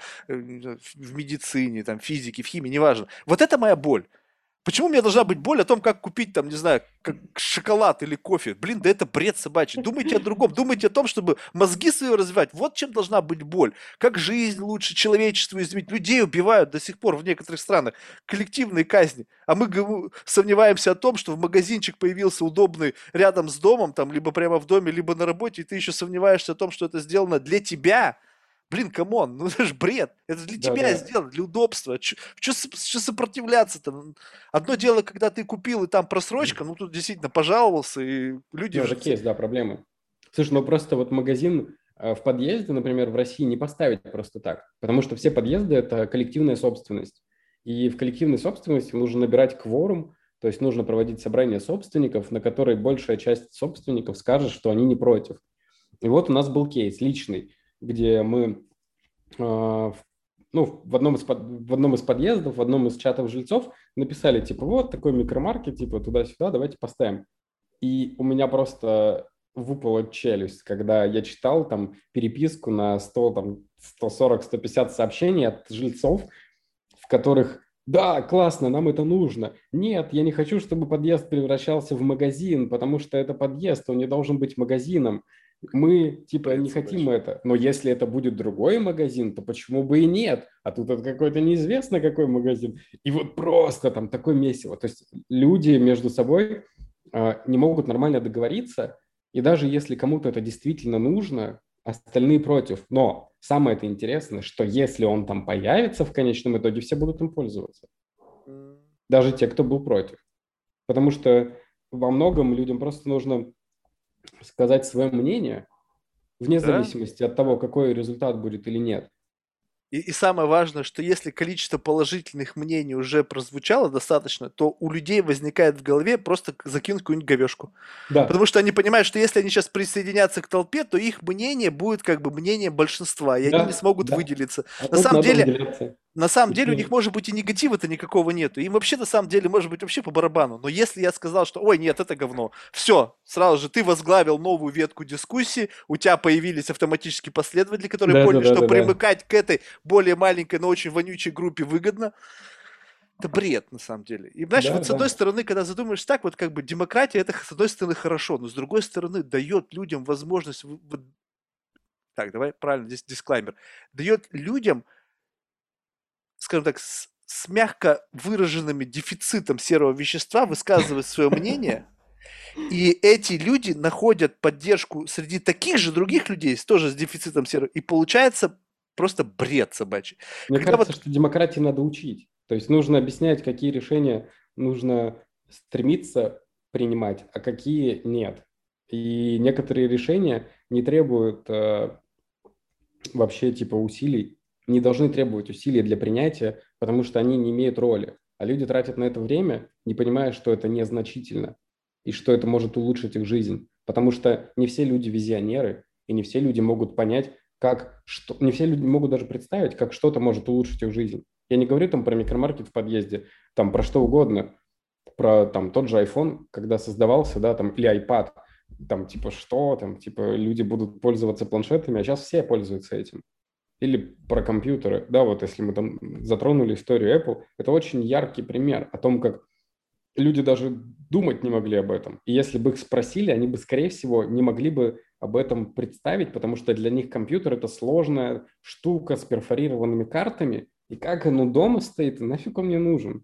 в медицине, там, физике, в химии, неважно. Вот это моя боль. Почему у меня должна быть боль о том, как купить, там, не знаю, как шоколад или кофе? Блин, да это бред собачий. Думайте о другом. Думайте о том, чтобы мозги свои развивать. Вот чем должна быть боль. Как жизнь лучше, человечество изменить. Людей убивают до сих пор в некоторых странах. Коллективные казни. А мы сомневаемся о том, что в магазинчик появился удобный рядом с домом, там, либо прямо в доме, либо на работе, и ты еще сомневаешься о том, что это сделано для тебя. Блин, камон, ну это же бред. Это для тебя Да-да. сделано, для удобства. Чё сопротивляться-то? Одно дело, когда ты купил, и там просрочка, ну тут действительно пожаловался, и люди Ну, же... такие есть, да, проблемы. Слушай, ну просто вот магазин в подъезде, например, в России не поставить просто так, потому что все подъезды – это коллективная собственность. И в коллективной собственности нужно набирать кворум, то есть нужно проводить собрание собственников, на которой большая часть собственников скажет, что они не против. И вот у нас был кейс личный, где мы ну, в одном из подъездов, в одном из чатов жильцов написали, типа, вот такой микромаркет, типа, туда-сюда, давайте поставим. И у меня просто выпала челюсть, когда я читал там переписку на 100, там, 140-150 сообщений от жильцов, в которых «Да, классно, нам это нужно. Нет, я не хочу, чтобы подъезд превращался в магазин, потому что это подъезд, он не должен быть магазином. Мы, типа, Бред не хотим собачий. это. Но если это будет другой магазин, то почему бы и нет? А тут это какой-то неизвестно какой магазин. И вот просто там такое месиво. То есть люди между собой не могут нормально договориться, и даже если кому-то это действительно нужно, остальные против. Но самое это интересное, что если он там появится в конечном итоге, все будут им пользоваться. М, Даже те, кто был против. Потому что во многом людям просто нужно сказать свое мнение, вне Да, зависимости от того, какой результат будет или нет. и самое важное, что если количество положительных мнений уже прозвучало достаточно, то у людей возникает в голове просто закинуть какую-нибудь говешку. Да, Потому что они понимают, что если они сейчас присоединятся к толпе, то их мнение будет как бы мнением большинства, и они не да, смогут да. выделиться. А На тут самом надо деле, выделяться. у них И может быть и негатива-то никакого нету. Им вообще на самом деле может быть вообще по барабану. Но если я сказал, что ой, нет, это говно, все, сразу же ты возглавил новую ветку дискуссии, у тебя появились автоматически последователи, которые да, да, поняли, да, что да, да. примыкать к этой более маленькой, но очень вонючей группе выгодно. Это бред, на самом деле. И, знаешь, Да, вот с одной да. стороны, когда задумаешь так, вот как бы демократия, это с одной стороны хорошо, но с другой стороны дает людям возможность, так, давай правильно, здесь дисклаймер, дает людям, скажем так, с мягко выраженными дефицитом серого вещества высказывать свое мнение, и эти люди находят поддержку среди таких же других людей, тоже с дефицитом серого, и получается просто бред собачий. Мне Когда кажется, вот, что демократии надо учить. То есть нужно объяснять, какие решения нужно стремиться принимать, а какие нет. И некоторые решения не требуют вообще типа усилий. не должны требовать усилий для принятия, потому что они не имеют роли. А люди тратят на это время, не понимая, что это незначительно и что это может улучшить их жизнь. Потому что не все люди визионеры, и не все люди могут понять, не все люди могут даже представить, как что-то может улучшить их жизнь. Я не говорю там про микромаркет в подъезде, там про что угодно, про там тот же iPhone, когда создавался, да, там, или iPad, там типа что, там типа люди будут пользоваться планшетами, а сейчас все пользуются этим. Или про компьютеры, да, вот если мы там затронули историю Apple, это очень яркий пример о том, как люди даже думать не могли об этом. И если бы их спросили, они бы, скорее всего, не могли бы об этом представить, потому что для них компьютер – это сложная штука с перфорированными картами, и как оно дома стоит, нафиг он мне нужен?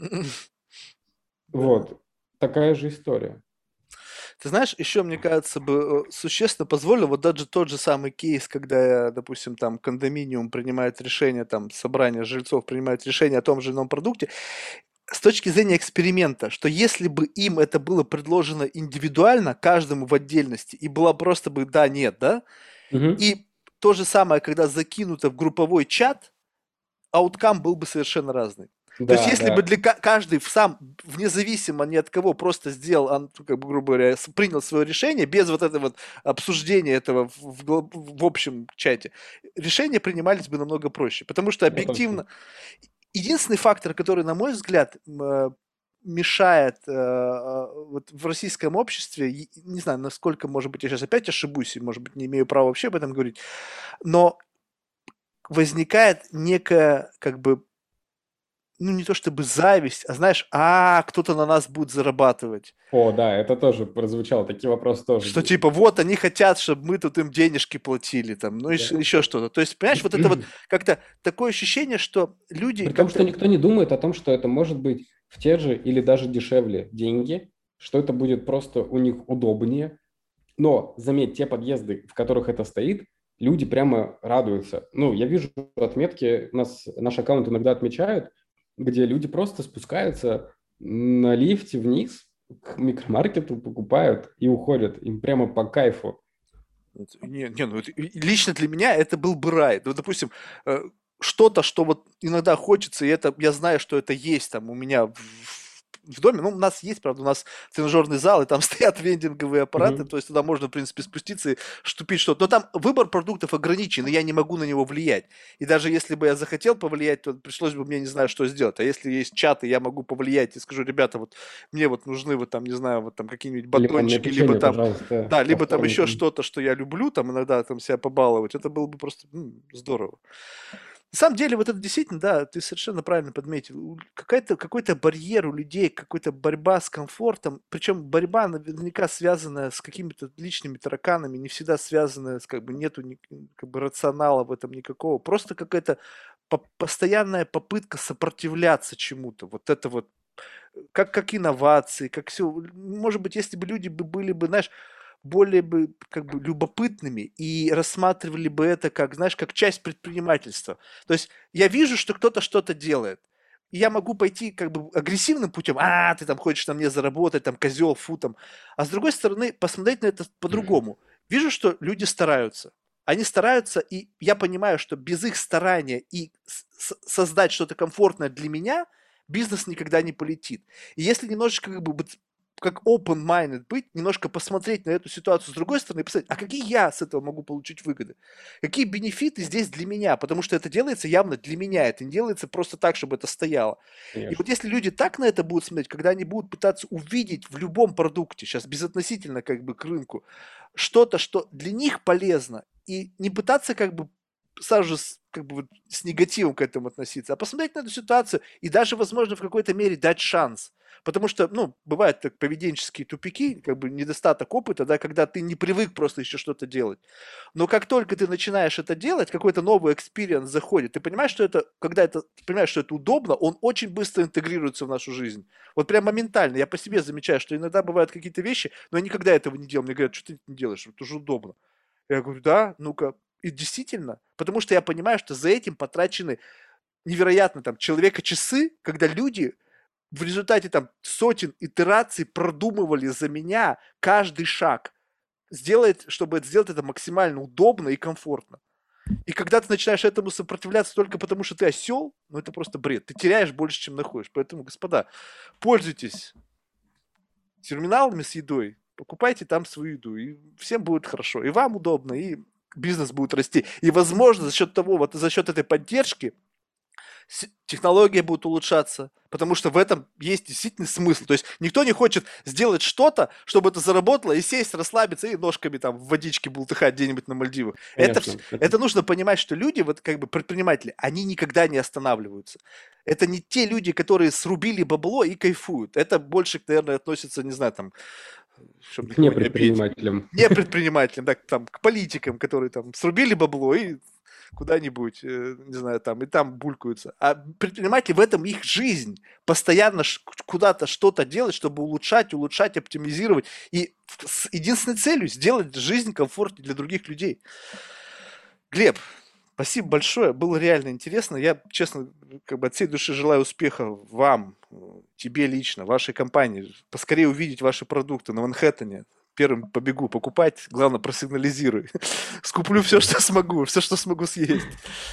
Да. Вот, такая же история. Ты знаешь, еще, мне кажется, бы существенно позволило, вот даже тот же самый кейс, когда, допустим, там кондоминиум принимает решение, там собрание жильцов принимает решение о том же ином продукте, с точки зрения эксперимента, что если бы им это было предложено индивидуально, каждому в отдельности, и была просто бы да, нет, да, Мгм. и то же самое, когда закинуто в групповой чат, ауткам был бы совершенно разный. То есть, Да, если бы да. для каждый сам, вне зависимо ни от кого, просто сделал, как бы, грубо говоря, принял свое решение, без вот этого вот обсуждения этого в общем чате, решения принимались бы намного проще. Потому что Это точно. объективно, единственный фактор, который, на мой взгляд, мешает вот в российском обществе, не знаю, насколько, может быть, я сейчас опять ошибусь, и, может быть, не имею права вообще об этом говорить, но возникает некая, как бы, ну, не то чтобы зависть, а знаешь, кто-то на нас будет зарабатывать. О, да, это тоже прозвучало, такие вопросы тоже Что были. типа вот они хотят, чтобы мы тут им денежки платили, там, ну и Да. еще что-то. То есть, понимаешь, вот это вот как-то такое ощущение, что люди При том, что как-то... никто не думает о том, что это может быть в те же или даже дешевле деньги, что это будет просто у них удобнее. Но, заметь, те подъезды, в которых это стоит, люди прямо радуются. Ну, я вижу отметки, наш аккаунт иногда отмечают, где люди просто спускаются на лифте вниз к микромаркету, покупают и уходят. Им прямо по кайфу. Не, ну лично для меня это был бы рай. Ну, допустим, э, что-то, что вот иногда хочется, и это я знаю, что это есть там у меня в доме. Ну, у нас есть, правда, у нас тренажерный зал, и там стоят вендинговые аппараты, Мгм. то есть туда можно, в принципе, спуститься и штупить что-то. Но там выбор продуктов ограничен, и я не могу на него влиять. И даже если бы я захотел повлиять, то пришлось бы мне не знаю, что сделать. А если есть чат, и я могу повлиять и скажу, ребята, вот мне вот нужны вот там, не знаю, вот там какие-нибудь Лимонное батончики, либо печенье, там пожалуйста, да, по либо там еще вторникам. что-то, что я люблю, там иногда там себя побаловать, это было бы просто здорово. На самом деле, вот это действительно, да, ты совершенно правильно подметил. Какой-то барьер у людей, какая-то борьба с комфортом, причем борьба наверняка связанная с какими-то личными тараканами, не всегда связанная с, как бы, нету как бы рационала в этом никакого. Просто какая-то постоянная попытка сопротивляться чему-то. Вот это вот как инновации, как все. Может быть, если бы люди были бы, знаешь, более бы как бы любопытными и рассматривали бы это как, знаешь, как часть предпринимательства. То есть я вижу, что кто-то что-то делает. И я могу пойти как бы агрессивным путем, ты там хочешь на мне заработать, там, козел, фу, там. А с другой стороны, посмотреть на это по-другому. Вижу, что люди стараются. Они стараются, и я понимаю, что без их старания и создать что-то комфортное для меня, бизнес никогда не полетит. И если немножечко как бы как open-minded быть, немножко посмотреть на эту ситуацию с другой стороны и посмотреть, а какие я с этого могу получить выгоды? Какие бенефиты здесь для меня? Потому что это делается явно для меня, это не делается просто так, чтобы это стояло. И вот Конечно. если люди так на это будут смотреть, когда они будут пытаться увидеть в любом продукте, сейчас безотносительно как бы к рынку, что-то, что для них полезно, и не пытаться как бы сразу же как бы вот с негативом к этому относиться, а посмотреть на эту ситуацию и даже, возможно, в какой-то мере дать шанс. Потому что, ну, бывают так поведенческие тупики, как бы недостаток опыта, да, когда ты не привык просто еще что-то делать. Но как только ты начинаешь это делать, какой-то новый экспириенс заходит, ты понимаешь, что это, когда это, ты понимаешь, что это удобно, он очень быстро интегрируется в нашу жизнь. Вот прям моментально. Я по себе замечаю, что иногда бывают какие-то вещи, но я никогда этого не делал. Мне говорят, что ты не делаешь, это же удобно. Я говорю, да, ну-ка. И действительно, потому что я понимаю, что за этим потрачены невероятно там человека часы, когда люди в результате там сотен итераций продумывали за меня каждый шаг, сделать, чтобы сделать это максимально удобно и комфортно. И когда ты начинаешь этому сопротивляться только потому, что ты осел, ну это просто бред. Ты теряешь больше, чем находишь. Поэтому, господа, пользуйтесь терминалами с едой, покупайте там свою еду, и всем будет хорошо. И вам удобно, и бизнес будет расти. И, возможно, за счет того, вот за счет этой поддержки технологии будут улучшаться, потому что в этом есть действительно смысл. То есть никто не хочет сделать что-то, чтобы это заработало, и сесть, расслабиться и ножками там в водичке бултыхать где-нибудь на Мальдивах. Конечно. Это нужно понимать, что люди, вот как бы предприниматели, они никогда не останавливаются. Это не те люди, которые срубили бабло и кайфуют. Это больше, наверное, относится, не знаю, там, чтобы К никого не обидеть, непредпринимателям. не предпринимателям, да, там, к политикам, которые там срубили бабло и куда-нибудь, не знаю, там, и там булькаются. А предприниматели в этом их жизнь. Постоянно куда-то что-то делать, чтобы улучшать, оптимизировать. И с единственной целью сделать жизнь комфортнее для других людей. Глеб, спасибо большое, было реально интересно. Я, честно, как бы от всей души желаю успеха вам, тебе лично, вашей компании. Поскорее увидеть ваши продукты на Манхэттене. Первым побегу покупать, главное, просигнализируй. Скуплю все, Спасибо. что смогу, все, что смогу съесть.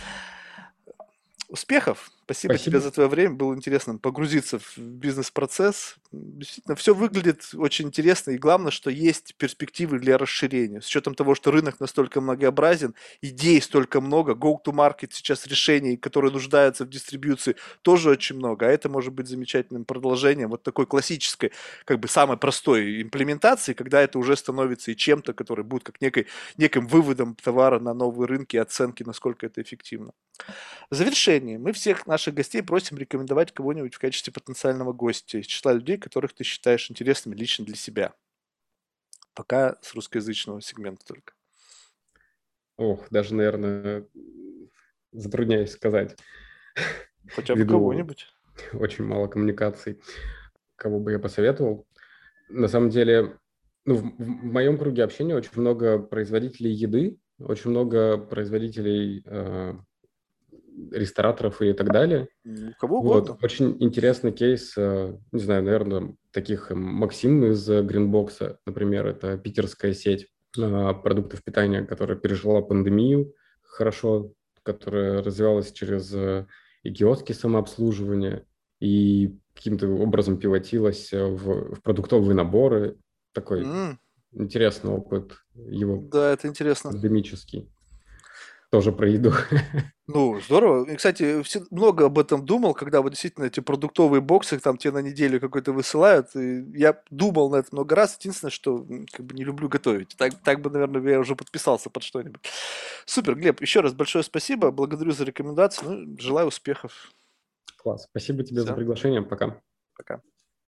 Успехов! Спасибо тебе Спасибо. за твое время. Было интересно погрузиться в бизнес-процесс. Действительно, все выглядит очень интересно. И главное, что есть перспективы для расширения. С учетом того, что рынок настолько многообразен, идей столько много, go-to-market сейчас решений, которые нуждаются в дистрибьюции, тоже очень много. А это может быть замечательным продолжением вот такой классической, как бы самой простой имплементации, когда это уже становится и чем-то, который будет как неким выводом товара на новые рынки, оценки, насколько это эффективно. В завершении мы всех наших гостей просим рекомендовать кого-нибудь в качестве потенциального гостя из числа людей, которых ты считаешь интересными лично для себя. Пока с русскоязычного сегмента только. Ох, даже, наверное, затрудняюсь сказать, Хотя бы ввиду кого-нибудь. очень мало коммуникаций, кого бы я посоветовал. На самом деле, ну, в моем круге общения очень много производителей еды, очень много производителей рестораторов и так далее. Кого Вот, угодно. очень интересный кейс, не знаю, наверное, таких Максим из Гринбокса, например, это питерская сеть продуктов питания, которая пережила пандемию хорошо, которая развивалась через и киоски самообслуживания, и каким-то образом пивотилась в продуктовые наборы. Такой М, интересный опыт его Да, это интересно. пандемический. Тоже про еду. Ну, здорово. И, кстати, много об этом думал, когда вот действительно эти продуктовые боксы там тебе на неделю какой-то высылают. И я думал на это много раз. Единственное, что как бы не люблю готовить. Так бы, наверное, я уже подписался под что-нибудь. Супер, Глеб, еще раз большое спасибо. Благодарю за рекомендацию. Ну, желаю успехов. Класс. Спасибо тебе за Все, приглашение. Пока. пока.